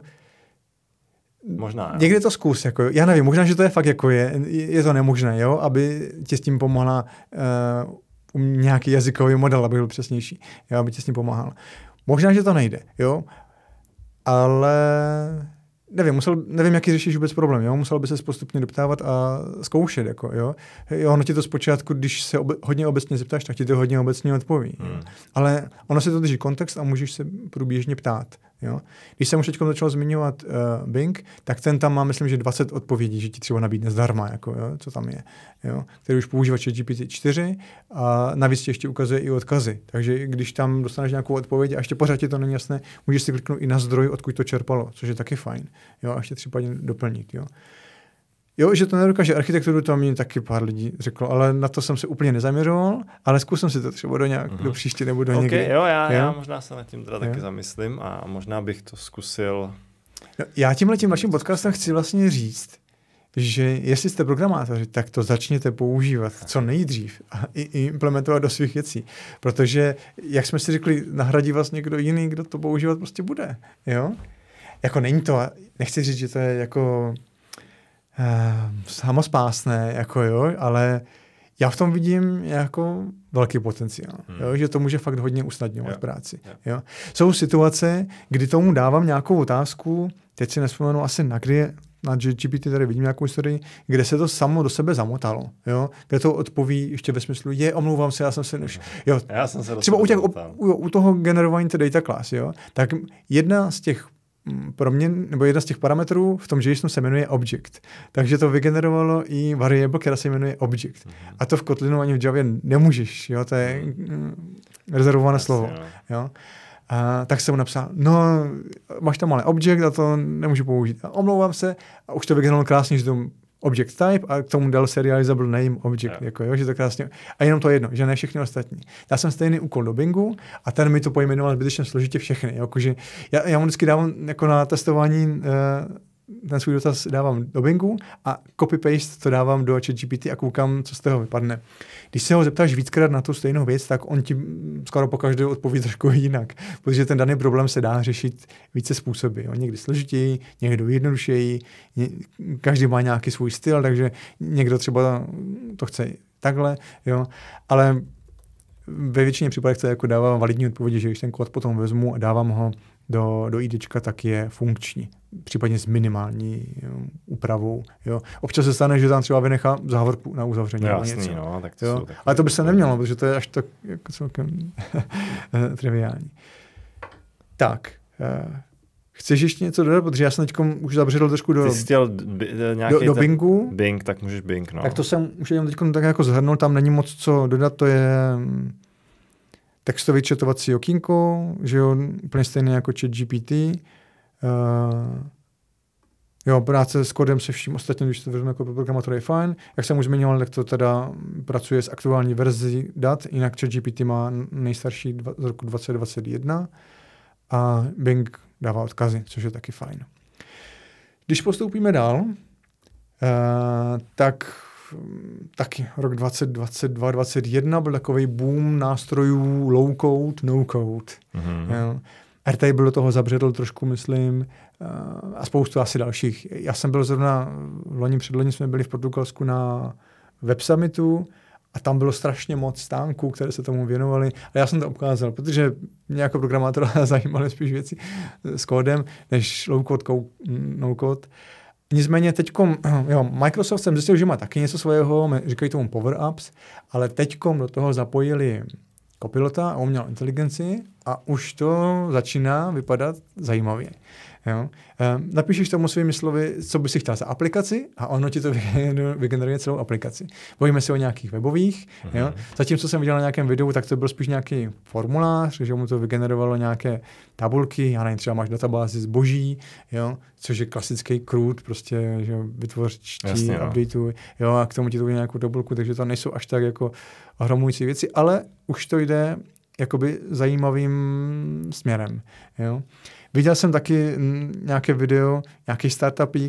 Možná, jo. Někde to zkus, jako, já nevím, možná, že to je fakt jako je, je to nemožné, jo, aby ti s tím pomohla uh, nějaký jazykový model, aby byl přesnější, jo, aby ti s tím pomáhal. Možná, že to nejde, jo, ale nevím, musel, nevím, jaký řešíš vůbec problém, jo, musel by se postupně doptávat a zkoušet, jako, jo. jo ono ti to zpočátku, když se obe, hodně obecně zeptáš, tak ti to hodně obecně odpoví, hmm. ale ono se to drží kontext a můžeš se průběžně ptát, jo. Když jsem už teď začal zmiňovat uh, Bing, tak ten tam má, myslím, že dvacet odpovědí, že ti třeba nabídne zdarma, jako, jo, co tam je, jo, který už používá G P T čtyři a navíc ti ještě ukazuje i odkazy, takže když tam dostaneš nějakou odpověď a ještě pořád ti to není jasné, můžeš si kliknout i na zdroj, odkud to čerpalo, což je taky fajn, jo, a ještě případně doplnit, jo. Jo, že to nedokáže architekturu, to mi taky pár lidí řeklo, ale na to jsem se úplně nezaměřoval, ale zkusím si to třeba do nějak, mm-hmm. do příště nebo do okay, někdy. Jo, já, jo? já možná se nad tím teda taky jo? zamyslím a možná bych to zkusil. No, já tímhletím naším podcastem chci vlastně říct, že jestli jste programátoři, tak to začněte používat co nejdřív a i, i implementovat do svých věcí, protože, jak jsme si řekli, nahradí vás někdo jiný, kdo to používat prostě bude, jo? Jako není to, nechci říct, že to je jako Uh, samospásné, jako jo, ale já v tom vidím jako velký potenciál, hmm. jo, že to může fakt hodně usnadňovat jo. práci. Jo. Jo. Jsou situace, kdy tomu dávám nějakou otázku, teď si nespomenu asi na kdy, na G P T tady vidím nějakou historii, kde se to samo do sebe zamotalo, jo, kde to odpoví ještě ve smyslu, je, omlouvám se, já jsem se než, jo, já jsem se třeba u, těch, u, u toho generování té data class, jo, tak jedna z těch proměn, nebo jedna z těch parametrů v tom JSONu se jmenuje object. Takže to vygenerovalo i variable, která se jmenuje object. Mm-hmm. A to v Kotlinu ani v Javě nemůžeš, jo, to je mm, rezervované slovo. Jo. A tak jsem mu napsal, no, máš tam ale object a to nemůžu použít. A omlouvám se a už to vygenerovalo krásně, že to object type a k tomu dal serializable name object, yeah. jako jo, že to krásně, a jenom to jedno, že ne všechny ostatní. Já jsem stejný úkol do Bingu a ten mi to pojmenoval zbytečně složitě všechny, jakože já, já mu vždycky dávám jako na testování uh, ten svůj dotaz dávám do Bingu a copy-paste to dávám do ChatGPT a koukám, co z toho vypadne. Když se ho zeptáš víckrát na tu stejnou věc, tak on ti skoro po každé odpoví trošku jinak, protože ten daný problém se dá řešit více způsoby. Jo. Někdy složitěji, někdo jednodušeji, ně, každý má nějaký svůj styl, takže někdo třeba to chce takhle, jo. Ale ve většině případech se jako dává validní odpovědi, že když ten kód potom vezmu a dávám ho do, do IDčka, tak je funkční. Případně s minimální jo, úpravou. Jo. Občas se stane, že tam třeba vynechá závorku na uzavření. No, jasný, něco. No, tak to jo. Ale to by se nemělo, protože to je až tak jako celkem triviální. Tak. Uh, chceš ještě něco dodat? Protože já jsem teď už zabředl trošku do, Ty jsi chtěl b- nějaký do, do Bingu. Bing, tak můžeš Bing, no. Tak to jsem už jenom teď tak jako zhrnul, tam není moc co dodat, to je textový chatovací okýnko, že jo, úplně stejné jako ChatGPT. Uh, jo, práce s kodem se vším ostatním, když to vezme jako programátor, je fajn. Jak jsem už zmiňoval, tak to teda pracuje s aktuální verzí dat, jinak ChatGPT má nejstarší dva, z roku dvacet dvacet jedna a Bing dává odkazy, což je taky fajn. Když postoupíme dál, uh, tak taky rok dvacet dvacet dva dvacet jedna byl takový boom nástrojů low code, no code. Mm-hmm. Airtable do toho zabředl trošku, myslím, a spoustu asi dalších. Já jsem byl zrovna, v loni předloni jsme byli v Portugalsku na Web Summitu a tam bylo strašně moc stánků, které se tomu věnovali. A já jsem to obcházel, protože mě jako programátora zajímaly spíš věci s kódem, než low code, no code. Nicméně teďkom, jo, Microsoft jsem zjistil, že má taky něco svého, říkají tomu Power Apps, ale teďkom do toho zapojili Copilota a umělou inteligenci a už to začíná vypadat zajímavě. Jo. Napíšeš tomu svými slovy, co by si chtěl za aplikaci a ono ti to vygeneruje celou aplikaci. Bojíme se o nějakých webových. Mm-hmm. Jo. Zatím, co jsem viděl na nějakém videu, tak to byl spíš nějaký formulář, že mu to vygenerovalo nějaké tabulky, já nevím, třeba máš databázi zboží, jo, což je klasický CRUD, prostě, že vytvořčí, updateuj, jo, a k tomu ti to udělá nějakou tabulku, takže to nejsou až tak jako ohromující věci, ale už to jde jakoby zajímavým směrem, jo. Viděl jsem taky nějaké video, nějaký startupík,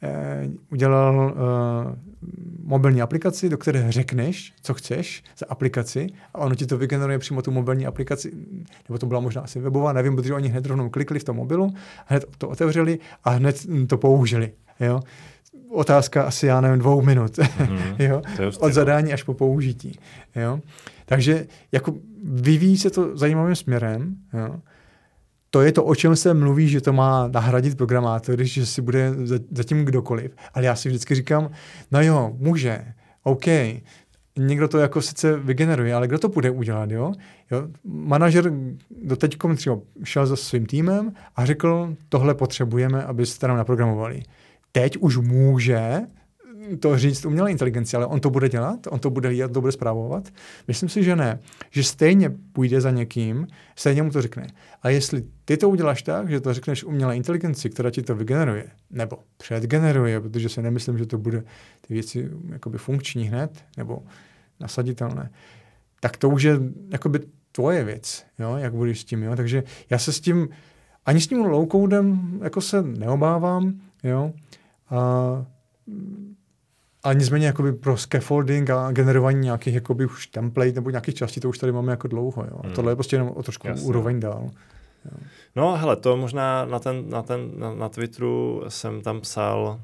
eh, udělal eh, mobilní aplikaci, do které řekneš, co chceš za aplikaci a ono ti to vygeneruje přímo tu mobilní aplikaci, nebo to byla možná asi webová, nevím, protože oni hned rovnou klikli v tom mobilu, hned to otevřeli a hned to použili. Jo? Otázka asi, já nevím, dvou minut. Mm-hmm. jo? Od zadání až po použití. Jo? Takže jako vyvíjí se to zajímavým směrem. Jo? To je to, o čem se mluví, že to má nahradit programátory, že si bude zatím kdokoliv. Ale já si vždycky říkám, no jo, může, OK, někdo to jako sice vygeneruje, ale kdo to bude udělat, jo? jo? Manažer doteďkom třeba šel za svým týmem a řekl, tohle potřebujeme, abyste nám naprogramovali. Teď už může to říct umělé inteligenci, ale on to bude dělat, on to bude hlídat, to bude správovat. Myslím si, že ne. Že stejně půjde za někým, stejně mu to řekne. A jestli ty to uděláš tak, že to řekneš umělé inteligenci, která ti to vygeneruje, nebo předgeneruje, protože si nemyslím, že to bude ty věci jakoby funkční hned, nebo nasaditelné, tak to už je jakoby tvoje věc, jo, jak budeš s tím, jo. Takže já se s tím, ani s tím low-codem jako se neobávám, jo. A ale nicméně jakoby pro scaffolding a generování nějakých jakoby už template nebo nějakých částí, to už tady máme jako dlouho. Jo. A tohle je prostě jenom o trošku Jasně. úroveň dál. Jo. No hele, to možná na, ten, na, ten, na, na Twitteru jsem tam psal,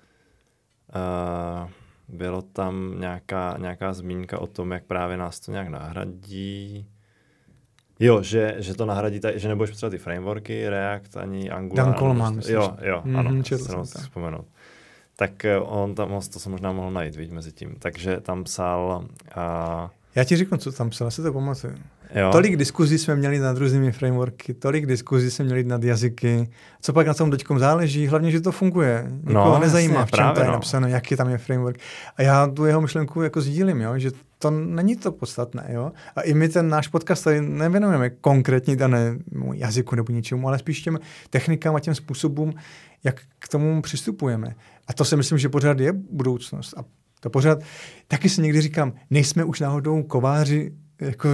uh, bylo tam nějaká, nějaká zmínka o tom, jak právě nás to nějak nahradí. Jo, že, že to nahradí, taj, že nebudeš potřebovat ty frameworky, React ani Angular. Dan Coleman, myslíš? Jo, jo, mm-hmm, ano, jsem si vzpomenout. Tak on tam, to se možná mohl najít, víš, mezi tím. Takže tam psal... Uh... Já ti řeknu, co tam psal, se to pamatuju. Jo. Tolik diskuzí jsme měli nad různými frameworky, tolik diskuzí jsme měli nad jazyky. Co pak na tom teďkom záleží? Hlavně, že to funguje. Nikoho no, nezajímá, jasně, v čem právě, to je no. napsáno, jaký tam je framework. A já tu jeho myšlenku jako sdílím, jo? Že to není to podstatné. Jo? A i my ten náš podcast tady nevěnujeme konkrétně danému jazyku nebo něčemu, ale spíš těm technikám a těm způsobům, jak k tomu přistupujeme. A to si myslím, že pořád je budoucnost. A to pořád, taky si někdy říkám, nejsme už náhodou kováři jako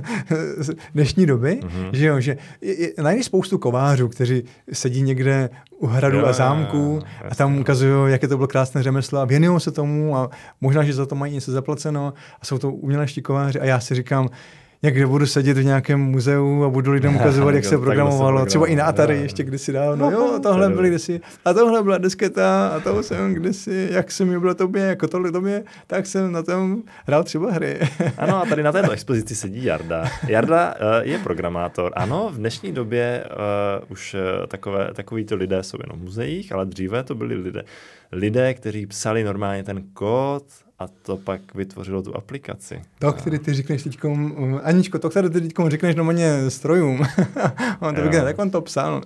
dnešní doby, mm-hmm. že jo, že najdeš spoustu kovářů, kteří sedí někde u hradu jo, a zámku jo, jo, a tam ukazují, jaké to bylo krásné řemeslo a věnují se tomu a možná, že za to mají něco zaplaceno a jsou to umělečtí kováři a já si říkám, někde budu sedět v nějakém muzeu a budu lidem ukazovat, jak se programovalo. Třeba i na Atari ještě kdysi dávno. Jo, tohle byly kdysi. A tohle byla disketa a toho jsem kdysi, jak jsem mi bylo tobě, jako tohle tobě, tak jsem na tom hrál třeba hry. Ano, a tady na této expozici sedí Jarda. Jarda uh, je programátor. Ano, v dnešní době uh, už uh, takové, takovýto lidé jsou jenom v muzeích, ale dříve to byli lidé, lidé, kteří psali normálně ten kód, a to pak vytvořilo tu aplikaci. To, který ty řekneš teďkom, Aničko, to, který ty teďkom řekneš normálně strojům. on to vypadá, tak on to psal.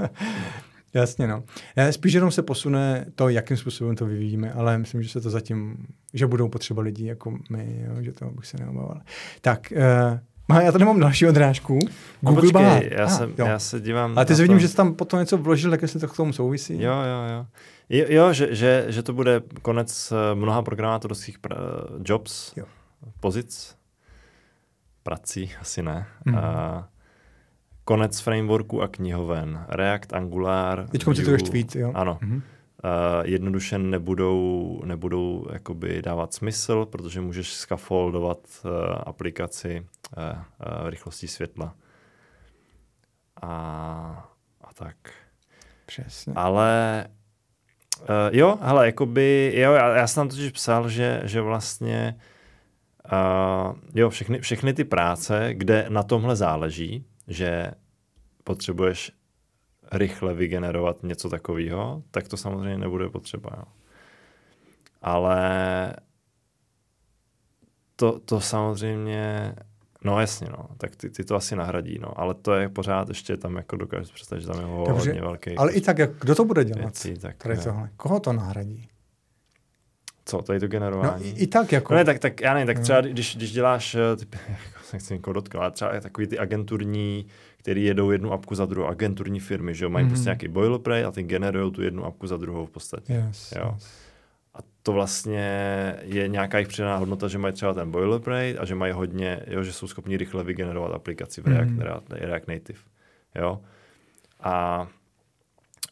Jasně, no. Já spíš jenom se posune to, jakým způsobem to vyvíjíme, ale myslím, že se to zatím, že budou potřeba lidí jako my, jo, že to bych se neobával. Tak, uh, já tady mám další odrážku. Google no, počkej, já, ah, jsem, já se dívám. Ale ty se vidím, že jsi tam potom něco vložil, tak jestli to k tomu souvisí. Jo, jo, jo. Jo, jo že, že, že to bude konec mnoha programátorských pra, jobs, jo. pozic, prací, asi ne. Mm. A konec frameworku a knihoven. React, Angular, Teďkom cituješ tweet, jo? Ano. Mm. Uh, jednoduše nebudou, nebudou jakoby dávat smysl, protože můžeš scaffoldovat uh, aplikaci uh, uh, rychlostí světla. A, a tak. Přesně. Ale uh, jo, hele, jakoby, jo, já, já jsem tam totiž psal, že, že vlastně uh, jo, všechny, všechny ty práce, kde na tomhle záleží, že potřebuješ rychle vygenerovat něco takového, tak to samozřejmě nebude potřeba. Jo. Ale to, to samozřejmě, no jasně, no, tak ty, ty to asi nahradí, no, ale to je pořád ještě tam, jako dokážu představit, že tam je hodně velký. Ale i tak, jak, kdo to bude dělat? Věcí, tak, tady tohle. Koho to nahradí? Co, tady to generování? No, i, i tak jako. No ne, tak, tak já nevím, tak třeba když, když děláš, typ, jako nechci někoho dotknout, ale třeba takový ty agenturní, který jedou jednu apku za druhou, agenturní firmy, že jo, mají mm-hmm. prostě nějaký boilerplate a ty generujou tu jednu apku za druhou v podstatě. Yes, jo. Yes. A to vlastně je nějaká jejich přidaná hodnota, že mají třeba ten boilerplate a že mají hodně, jo, že jsou schopni rychle vygenerovat aplikaci v React, mm-hmm. React, React Native. Jo. A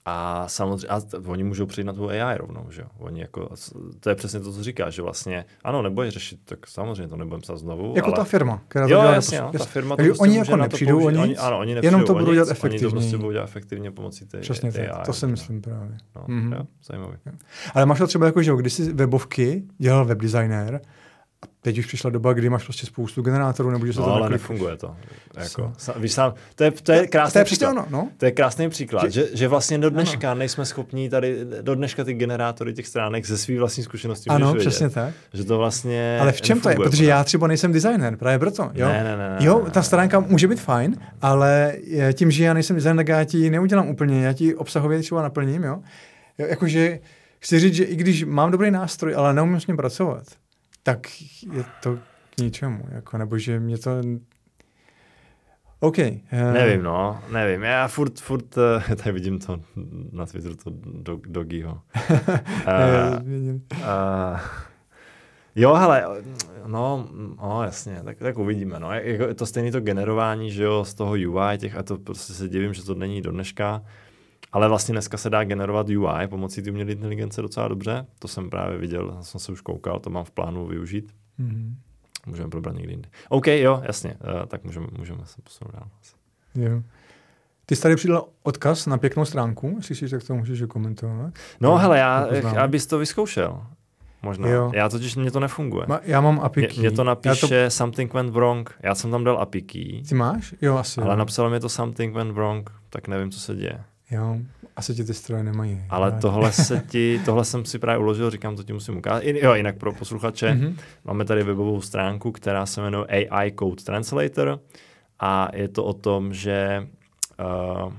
A samozřejmě, a oni můžou přijít na tu A I rovnou, že jo. Oni jako, to je přesně to, co říkáš, že vlastně, ano, nebudeš řešit, tak samozřejmě to nebudeme psát znovu. Jako ale... ta firma, která jo, to dělá. jasně, no, ta firma to prostě oni jako nepřijdou o nic, oni, ano, oni jenom to budou nic, dělat efektivně. Oni to prostě budou dělat efektivně pomocí té Přesně A I. tak, to si myslím právě. No, mm-hmm. jo, zajímavý. Ale máš to třeba jako, že když jsi webovky dělal webdesigner, a teď už přišla doba, kdy máš prostě spoustu generátorů, nebo že se no, to ale neklikuješ. Nefunguje to. Jako, sa, víš sám, to je, to je krásný to je příklad. Ono, no? To je krásný příklad, že, že, že vlastně do dneška ano. nejsme schopní tady, do dneška ty generátory těch stránek ze svý vlastní zkušenosti ano, můžeš přesně vědět, tak. že to vlastně ale v čem to je? Protože pořád. já třeba nejsem designer, právě proto. Jo? Ne, ne, ne, ne, jo, ta stránka může být fajn, ale tím, že já nejsem designer, tak já ti neudělám úplně, já ti obsahově třeba naplním, jo. jo jakože chci říct, že i když mám dobrý nástroj, ale neumím s ním pracovat, tak je to k ničemu, jako, nebo že mě to... OK. Uh... Nevím, no, nevím. Já furt, furt, uh, tady vidím to na Twitteru, to do, Doggyho. uh, uh, jo, hele, no, no jasně, tak, tak uvidíme, no. Jako to stejné to generování, že jo, z toho U I těch, a to prostě se divím, že to není do dneška, ale vlastně dneska se dá generovat U I pomocí té umělé inteligence docela dobře. To jsem právě viděl, jsem se už koukal, to mám v plánu využít. Mm-hmm. Můžeme probrat někdy jindy. OK, jo, jasně, uh, tak můžeme, můžeme se posunout dál. Jo. Ty jsi tady přidal odkaz na pěknou stránku, jestli si tak to můžeš komentovat. No hele, já, já bys to vyzkoušel. Možná. Jo. Já totiž, mně to nefunguje. Ma, já mám A P I key. Mě to napíše to... something went wrong. Já jsem tam dal A P I key. Ty máš? Jo, asi. Ale jo. napsalo mi to something went wrong, tak nevím, co se děje. Jo, asi ti ty stroje nemají. Ale tohle se ti, tohle jsem si právě uložil, říkám, to ti musím ukázat. Jo, jinak pro posluchače, mm-hmm. máme tady webovou stránku, která se jmenuje A I Code Translator a je to o tom, že uh,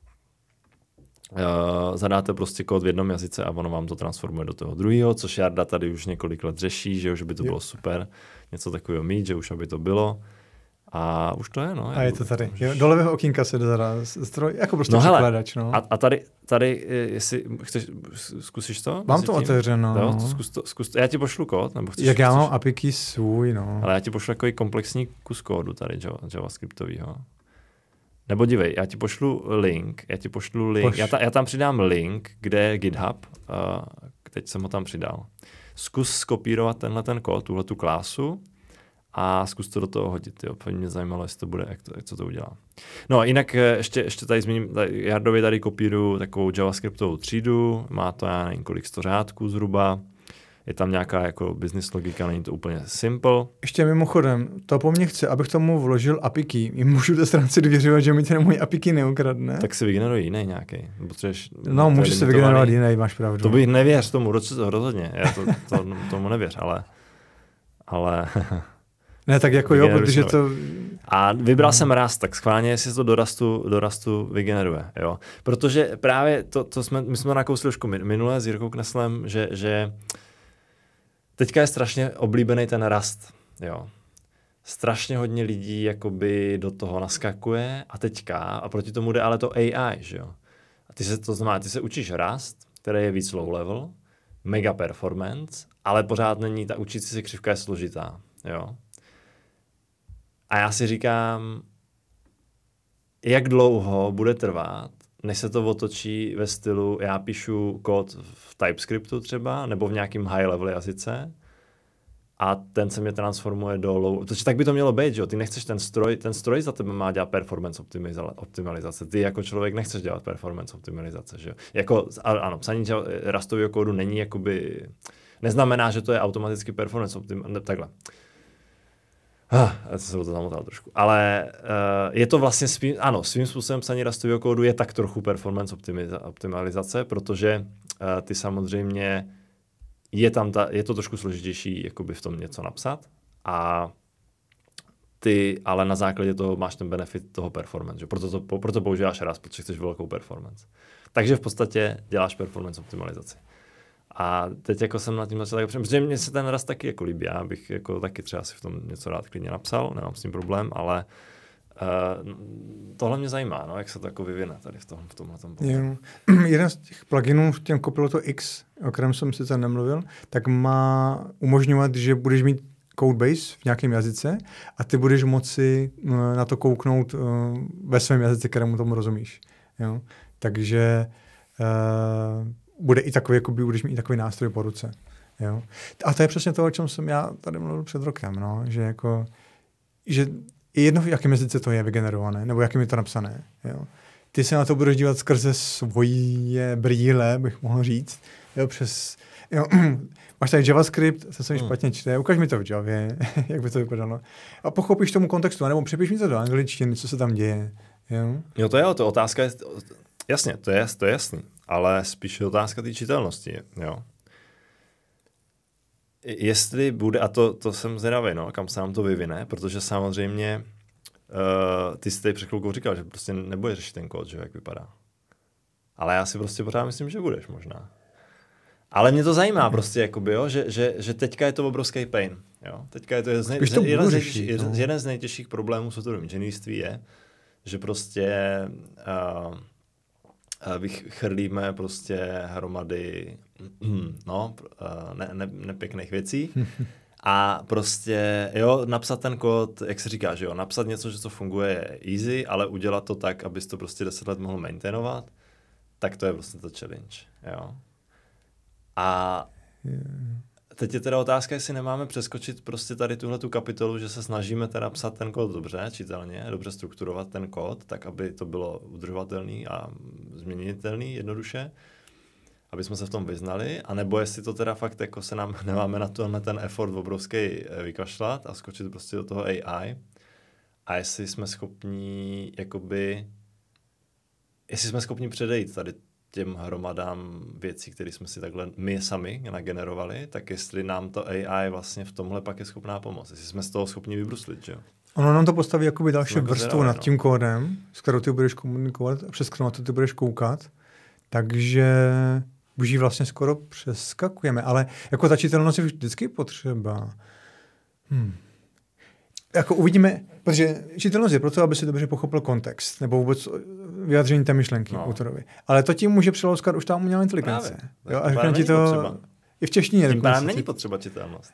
Uh, zadáte prostě kód v jednom jazyce a ono vám to transformuje do toho druhého, což Jarda tady už několik let řeší, že, už by to jo. bylo super něco takového mít, že už aby to bylo. A už to je, no. A je to tady. Jo, do levého okýnka se zadá stroj, jako prostě no překladač, no. A, a tady, tady, jestli chceš, zkusíš to? Mám to otevřeno. Jo, to zkus to, zkus to. Já ti pošlu kód, nebo chceš? Jak já chceš? mám A P I key svůj, no. Ale já ti pošlu takový komplexní kus kódu tady, javascriptovýho. Nebo dívej, já ti pošlu link, já ti pošlu link, já, ta, já tam přidám link, kde je GitHub, uh, teď jsem ho tam přidal. Zkus skopírovat tenhle ten kód, tuhle tu klásu a zkus to do toho hodit. Jo. Mě zajímalo, jestli to bude, jak to, jak co to udělá. No jinak ještě, ještě tady zmíním, tady, Jardovi tady kopíruju takovou javascriptovou třídu, má to já nevím kolik sto řádků zhruba. Je tam nějaká jako business logika, není to úplně simple. Ještě mimochodem, to po mně chce, abych tomu vložil A P I key. I můžu té stránce důvěřovat, že mi ten můj A P I key neukradne. Tak si vygeneruje jiný nějaký. Potřebuješ, no, můžeš si vygenerovat jiný, máš pravdu. To bych nevěř tomu, rozhodně. Já to, to, tomu nevěř, ale... ale ne, tak jako jo, protože to... A vybral hmm. jsem Rust, tak schválně, jestli to do Rustu, do Rustu vygeneruje, jo. Protože právě to, to jsme, my jsme to nakousli trošku minule s Jirkou Kneslem, že, že teďka je strašně oblíbený ten Rust, jo. Strašně hodně lidí jakoby do toho naskakuje a teďka, a proti tomu jde ale to A I, že jo. A ty se, to znamená, ty se učíš Rust, který je víc low level, mega performance, ale pořád není, ta učící se křivka je složitá, jo. A já si říkám, jak dlouho bude trvat, než se to otočí ve stylu, já píšu kód v TypeScriptu třeba, nebo v nějakým high-level jazyce a ten se mě transformuje do low... Protože tak by to mělo být, že jo? Ty nechceš ten stroj, ten stroj za tebe má dělat performance optimalizace. Ty jako člověk nechceš dělat performance optimalizace, že jo? Jako, ano, psaní Rustového kódu není jakoby... Neznamená, že to je automaticky performance optimalizace. Takhle. Ah, já jsem se to zamotal trošku. Ale uh, je to vlastně, svým, ano, svým způsobem psaní Rustového kódu je tak trochu performance optimiza- optimalizace, protože uh, ty samozřejmě je tam ta, je to trošku složitější jakoby v tom něco napsat a ty ale na základě toho máš ten benefit toho performance, že? Proto, to, proto používáš Rust, protože chceš velkou performance. Takže v podstatě děláš performance optimalizaci. A teď jako jsem nad tím začal tak přemýšlet, protože mně se ten Rust taky jako líbí, já bych jako taky třeba si v tom něco rád klidně napsal, nemám s tím problém, ale uh, tohle mě zajímá, no, jak se to jako vyvine tady v, tom, v tomhletom pohledu. Jeden z těch pluginů v těm Copiloto X, o kterém jsem sice nemluvil, tak má umožňovat, že budeš mít codebase v nějakém jazyce a ty budeš moci uh, na to kouknout uh, ve svém jazyce, kterému tomu rozumíš. Jo? Takže uh, bude i takový, jako by budeš mít i takový nástroj po ruce. Jo? A to je přesně to, o čem jsem já tady mluvil před rokem, no? Že jako, že je jedno, v jakém jazyce to je vygenerované, nebo jakým je to napsané. Jo? Ty se na to budeš dívat skrze svoje brýle, bych mohl říct, jo, přes, jo, máš tady JavaScript, to se mi špatně čte, ukaž mi to v Javě, jak by to vypadalo. A pochopíš tomu kontextu, nebo přepiš mi to do angličtiny, co se tam děje. Jo, jo to je, to otázka je, jasně, to je, to je jasný, ale spíš je otázka té čitelnosti, jo. Jestli bude, a to, to jsem zvědavý, no, kam se nám to vyvine, protože samozřejmě uh, ty jsi tady před chvilkou říkal, že prostě nebudeš řešit ten kód, že jak vypadá. Ale já si prostě pořád myslím, že budeš možná. Ale mě to zajímá prostě, jakoby, jo, že, že, že teďka je to obrovský pain. Jo. Teďka je to, jeden, z, to jeden, z řešit, jeden, no. jeden z nejtěžších problémů softwarového inženýrství je, že prostě uh, uh, vychrlíme prostě hromady no, uh, ne, ne, nepěkných věcí a prostě, jo, napsat ten kód, jak se říká, že jo, napsat něco, že to funguje je easy, ale udělat to tak, abys to prostě deset let mohl maintainovat, tak to je prostě to challenge, jo. A teď je teda otázka, jestli nemáme přeskočit prostě tady tuhle tu kapitolu, že se snažíme teda psat ten kód dobře, čitelně, dobře strukturovat ten kód, tak aby to bylo udržovatelný a změnitelný jednoduše, aby jsme se v tom vyznali, anebo jestli to teda fakt jako se nám nemáme na to ten effort obrovský vykašlat a skočit prostě do toho A I a jestli jsme schopni jakoby, jestli jsme schopni předejít tady těm hromadám věcí, které jsme si takhle my sami nagenerovali, tak jestli nám to A I vlastně v tomhle pak je schopná pomoct. Jestli jsme z toho schopni vybruslit, že jo? Ono nám to postaví jakoby další jsme vrstvu nad tím kódem, s kterou ty budeš komunikovat a přes kterou na to ty budeš koukat. Takže už ji vlastně skoro přeskakujeme. Ale jako ta čitelnost je vždycky potřeba. Hmm. Jako uvidíme, protože čitelnost je proto, aby si dobře pochopil kontext, nebo vůbec vyjádření té myšlenky no. autorovi. Ale to tím může přelouskat už ta umělá inteligence. Jo, a říkám ti to potřeba. I v češtině. Tím pádem není potřeba čitelnost.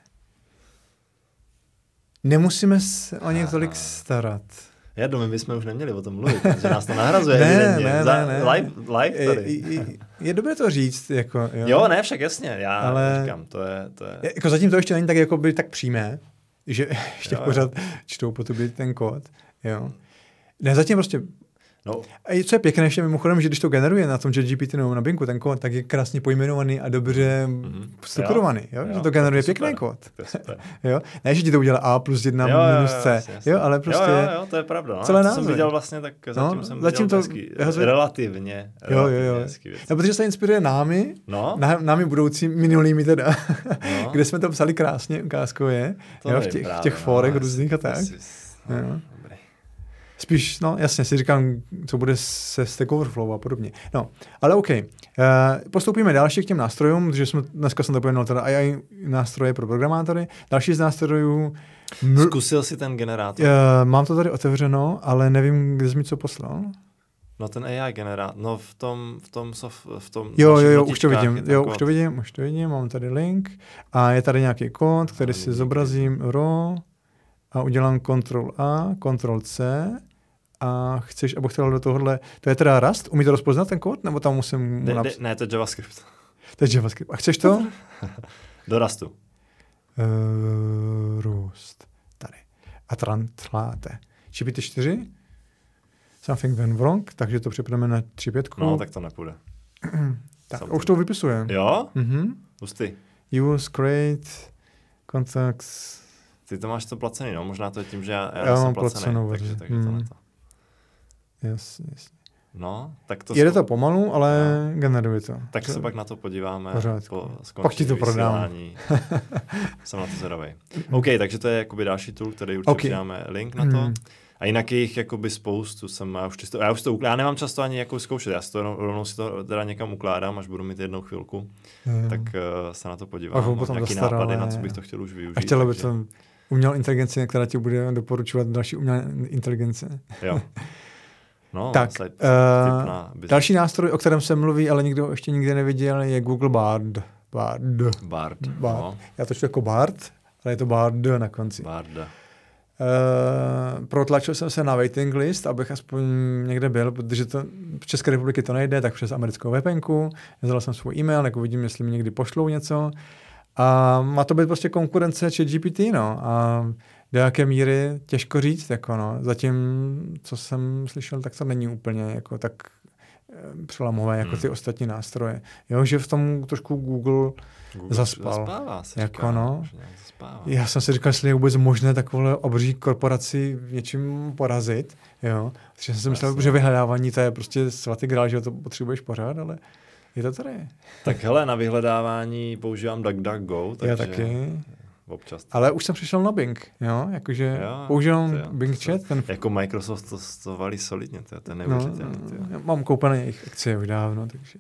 Nemusíme se o ně tolik starat. Já domů, my jsme už neměli o tom mluvit, že nás to nahrazuje ne, evidentně. Ne, Za, ne, live, live tady. Je, je, je dobré to říct. Jako, jo. jo, ne, však jasně, já ale říkám, to je... To je... Jako zatím to ještě není tak, jako by tak přímé, že ještě jo, pořád čtou po tobě ten kód. Jo. Ne, zatím prostě... No. A co je pěkné ještě mimochodem, že když to generuje na tom ChatGPT nebo na Binku ten kód, tak je krásně pojmenovaný a dobře mm-hmm. strukturovaný. Jo? Jo? Jo, že to generuje to pěkný kód. Jo? Ne, že ti to udělá A plus jedna jo, minus C. Jasně, jasně. Jo, ale prostě... Jo, jo, jo, to je pravda. No. Celé to jsem viděl vlastně, tak zatím no, jsem zatím viděl to, hezký, relativně, relativně jo, jo, jo. hezký věc. No, protože se inspiruje námi, no? ná, námi budoucí minulými teda, no? Kde jsme to psali krásně ukázkově, jo, v těch, v těch fórech no, různých a tak. Jo. Spíš, no jasně, si říkám, co bude se Stack Overflow a podobně. No, ale OK. Uh, postoupíme další k těm nástrojům, protože jsme, dneska jsem to pojmenoval teda A I nástroje pro programátory. Další z nástrojů... Ml- Zkusil jsi ten generátor? Uh, mám to tady otevřeno, ale nevím, kde jsi mi co poslal. No ten A I generátor, no v tom, v tom, soft, v tom jo, jo, jo, už to vidím, jo, kód. už to vidím, už to vidím, mám tady link a je tady nějaký kód, který si zobrazím raw a udělám Ctrl A, Ctrl C a chceš, abych chtěl do tohohle, to je teda Rust, umí to rozpoznat ten kód, nebo tam musím mu napsat? Ne, to je JavaScript. To je JavaScript. A chceš to? Do Rustu. Uh, Rust. Tady. A trantláte. G P T čtyři? Something went wrong, takže to připravíme na tři pět. No, tak to nepůjde. Tak, už to vypisuje. Jo? Mhm. Hustý. Use, create, contacts. Ty to máš to placený, no? Možná to je tím, že já, já, já jsem mám placený, placenou, takže, takže hmm. to ne to. Jasně, jasně. No, tak to... Jede to pomalu, ale no. generuje to. Tak se pak na to podíváme. Po pak ti to prodám. Jsem na to zvědavý. OK, takže to je jakoby další tool, který určitě okay. dáme link na to. Hmm. A jinak je jich jakoby spoustu. Jsem, já, už to, já už to ukládám. Já nemám často ani jako zkoušet. Já si to rovnou si to teda někam ukládám, až budu mít jednou chvilku. Hmm. Tak uh, se na to podívám. Mám nějaký nápady, na co bych to chtěl už využít. A chtěla by to umělá inteligence, která ti bude doporučovat další umělá inteligence. Jo. No, tak, uh, další nástroj, o kterém se mluví, ale nikdo ještě nikdy neviděl, je Google Bard. Bard. Bard, Bard. No. Já to čtu jako Bard, ale je to Bard na konci. Bard. Uh, protlačil jsem se na waiting list, abych aspoň někde byl, protože to v České republiky to nejde, tak přes americkou VPNku. Zadal jsem svůj e-mail, tak uvidím, jestli mi někdy pošlou něco. A má to být prostě konkurence ChatGPT, no. A do jaké míry těžko říct, jako no. Zatím, co jsem slyšel, tak to není úplně jako tak přelamové jako hmm. ty ostatní nástroje. Jo, že v tom trošku Google, Google zaspal. Zaspává se jako říká, no. Zaspává. Já jsem si říkal, jestli je vůbec možné takovou obří korporaci něčím porazit. Jo. Takže jsem si myslel, že vyhledávání to je prostě svatý grál, že to potřebuješ pořád, ale je to tady. Tak hele, na vyhledávání používám DuckDuckGo, takže... Já taky. Občas. Ale už jsem přišel na Bing, jo, jakože jo, používám jo, Bing Chat. Ten... Jako Microsoft to, to valí solidně, to, to je neuvěřitelné. No, mám koupené jejich akcie už dávno, takže...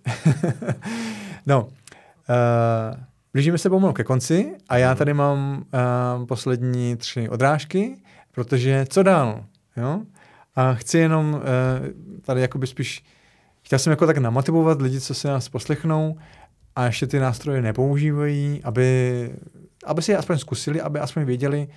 no, uh, blížíme se pomalu ke konci a já tady mám uh, poslední tři odrážky, protože co dál, jo? A chci jenom uh, tady jakoby spíš, chtěl jsem jako tak namotivovat lidi, co se nás poslechnou a ještě ty nástroje nepoužívají, aby... aby si je aspoň zkusili, aby aspoň věděli,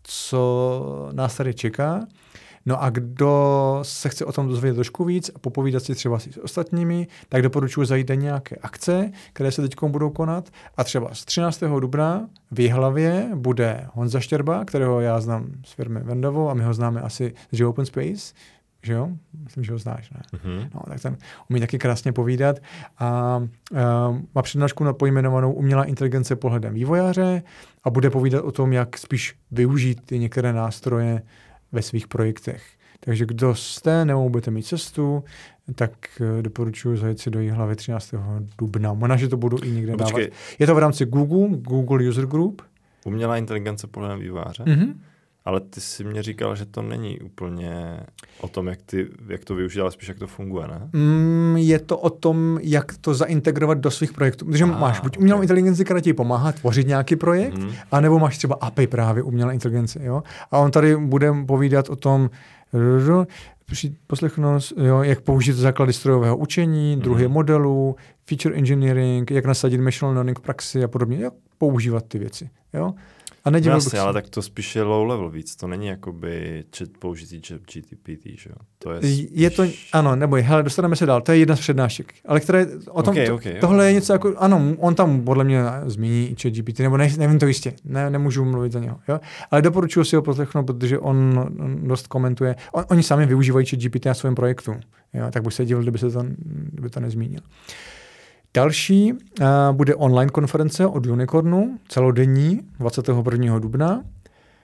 co nás tady čeká. No a kdo se chce o tom dozvědět trošku víc a popovídat si třeba s ostatními, tak doporučuji zajít na nějaké akce, které se teď budou konat. A třeba z třináctého dubna v Jihlavě bude Honza Štěrba, kterého já znám z firmy Vendovo a my ho známe asi z Open Space, že jo? Myslím, že ho znáš, ne? Mm-hmm. No, tak ten umí taky krásně povídat. A, a má přednášku na pojmenovanou Umělá inteligence pohledem vývojáře a bude povídat o tom, jak spíš využít ty některé nástroje ve svých projektech. Takže kdo jste nebo budete mít cestu, tak doporučuji zajít si do Jihlavy třináctého dubna. Možná, že to budu i někde no, dávat. Je to v rámci Google, Google User Group. Umělá inteligence pohledem vývojáře? Mm-hmm. Ale ty jsi mě říkal, že to není úplně o tom, jak, ty, jak to využít, ale spíš jak to funguje, ne? Mm, je to o tom, jak to zaintegrovat do svých projektů. Protože ah, máš buď umělou okay. inteligenci, která ti pomáhá tvořit nějaký projekt, mm. anebo máš třeba A P I právě umělé inteligence. Jo? A on tady bude povídat o tom, poslechnout, jo, jak použít základy strojového učení, druhy mm. modelů, feature engineering, jak nasadit machine learning v praxi a podobně, jak používat ty věci. Jo? A no jasně, ale tak to spíš je low level víc. To není jakoby chat, použitý chat G P T, že jo? To je, spíš... je to, ano, neboj, hele, dostaneme se dál. To je jedna z přednášek. Ale které, o tom, okay, to, okay, tohle jo. je něco jako, ano, on tam podle mě zmíní i chat G P T, nebo ne, nevím to jistě, ne, nemůžu mluvit za něho. Jo? Ale doporučuji si ho poslechnout, protože on dost komentuje. On, oni sami využívají chat G P T na svém projektu. Jo? Tak bych se divil, kdyby se to, kdyby to nezmínil. Další uh, bude online konference od Unicornu, celodenní, dvacátého prvního dubna, uh,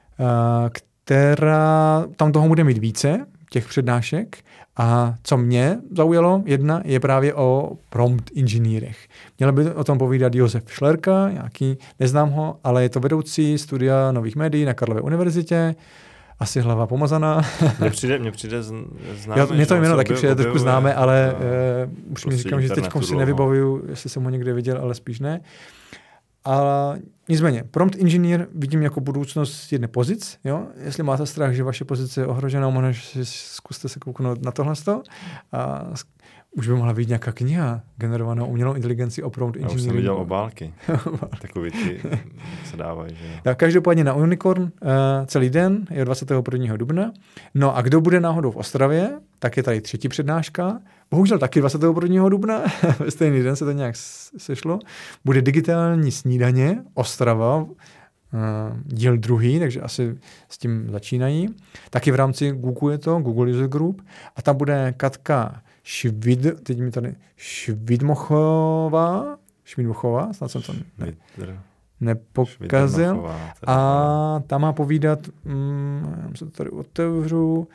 která, tam toho bude mít více, těch přednášek. A co mě zaujalo, jedna je právě o prompt inženýrech. Měl by o tom povídat Josef Šlerka, nějaký, neznám ho, ale je to vedoucí studia nových médií na Karlově univerzitě. Asi hlava pomazaná. Mně přijde, mně přijde známe. Já, mě to jméno taky přijde trošku známe, ale uh, už mi prostě říkám, že teď si nevybavuju, jestli jsem ho někde viděl, ale spíš ne. A nicméně, prompt engineer vidím jako budoucnost jedné pozic. Jo? Jestli máte strach, že vaše pozice je ohrožená, možná si zkuste se kouknout na tohle. A už by mohla být nějaká kniha generovaná umělou inteligenci o prompt engineeringu. Já už jsem viděl obálky. Takový ty se dávají. Že? Tak každopádně na Unicorn uh, celý den je dvacátého prvního dubna. No a kdo bude náhodou v Ostravě, tak je tady třetí přednáška. Bohužel taky dvacátého prvního dubna, ve stejný den se to nějak sešlo. Bude digitální snídaně Ostrava, uh, díl druhý, takže asi s tím začínají. Taky v rámci Google je to, Google User Group. A tam bude Katka Švid, teď mi tady Švidmochová, Švidmochová, snad jsem to ne, nepokazil. A tam má povídat, mm, já se to tady otevřu,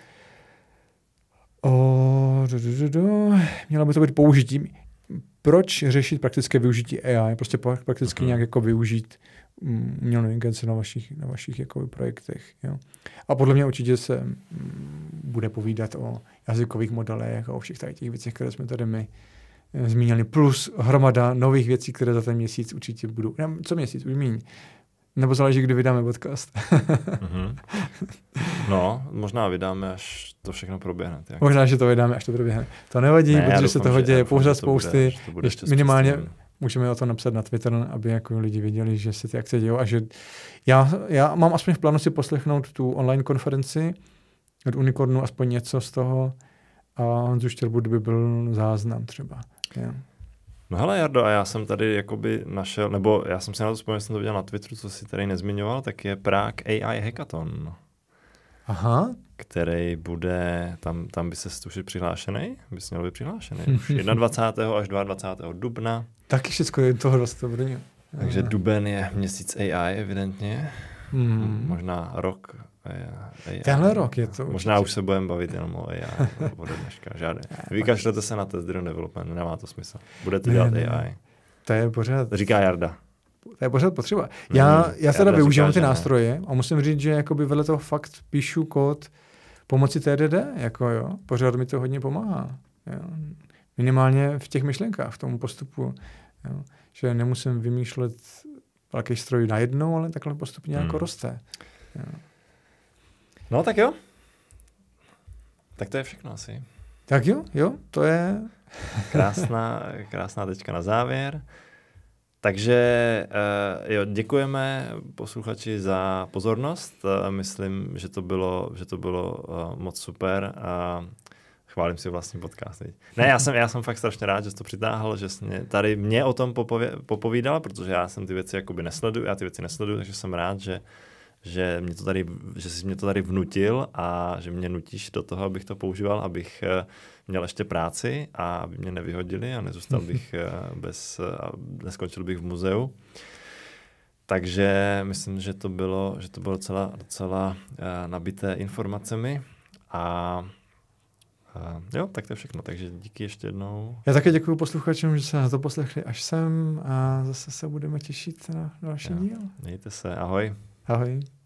o, do, do, do, do. Měla by to být použití. Proč řešit praktické využití A I? Prostě prakticky uh-huh. nějak jako využít umělou inteligenci na vašich, na vašich jako projektech. Jo? A podle mě určitě se m, bude povídat o jazykových modelech a o všech tady těch věcech, které jsme tady my e, zmínili. Plus hromada nových věcí, které za ten měsíc určitě budou. Ne, co měsíc? Už míň. Nebo záleží, kdy vydáme podcast. mm-hmm. No, možná vydáme, až to všechno proběhne. Tak. Možná, že to vydáme, až to proběhne. To nevadí, ne, protože doufám, se toho děje pořád spousty. To bude, to bude minimálně můžeme o to napsat na Twitter, aby jako lidi věděli, že se ty akce dějou a že já, já mám aspoň v plánu si poslechnout tu online konferenci od Unicornu, aspoň něco z toho a Honzu Štěrbu, kdyby byl záznam třeba. Yeah. No hele Jardo, a já jsem tady jakoby našel, nebo já jsem si na to vzpomněl, jsem to viděl na Twitteru, co si tady nezmiňoval, tak je Prague A I Hackathon. Aha. Který bude, tam, tam by se tušit přihlášený, bys měl být přihlášený, už dvacátého prvního až dvacátého druhého dubna. Taky všechno je toho dost dobrý. Takže duben je měsíc A I evidentně, hmm. možná rok. A I. Tenhle rok je to možná určitě. Už se budeme bavit jenom o A I od dneška, žádný. Vykašlete se na test driven development, nemá to smysl. Budete ne, dělat ne. A I. To je pořád. Říká Jarda. To je pořád potřeba. Já, já teda využívám ty ne. nástroje a musím říct, že jakoby vedle toho fakt píšu kód pomocí T D D, jako jo, pořád mi to hodně pomáhá. Jo. Minimálně v těch myšlenkách, v tom postupu. Jo. Že nemusím vymýšlet velký stroj najednou, ale takhle postupně hmm. jako roste. Jo. No tak jo. Tak to je všechno asi. Tak jo, jo, to je... krásná, krásná tečka na závěr. Takže uh, jo, děkujeme posluchači za pozornost. Uh, myslím, že to bylo, že to bylo uh, moc super. Uh, chválím si vlastní podcast. Teď. Ne, já jsem, já jsem fakt strašně rád, že jsi to přitáhl, že jsi mě, tady mě o tom popově, popovídal, protože já jsem ty věci jakoby nesleduju, já ty věci nesleduju, takže jsem rád, že že, mě to tady, že jsi mě to tady vnutil a že mě nutíš do toho, abych to používal, abych měl ještě práci a aby mě nevyhodili a nezůstal bych bez, a neskončil bych v muzeu. Takže myslím, že to bylo, že to bylo docela, docela nabité informacemi a Uh, jo, tak to je všechno, takže díky ještě jednou. Já také děkuji posluchačům, že se na to poslechli až sem a zase se budeme těšit na další díl. Mějte se, ahoj. Ahoj.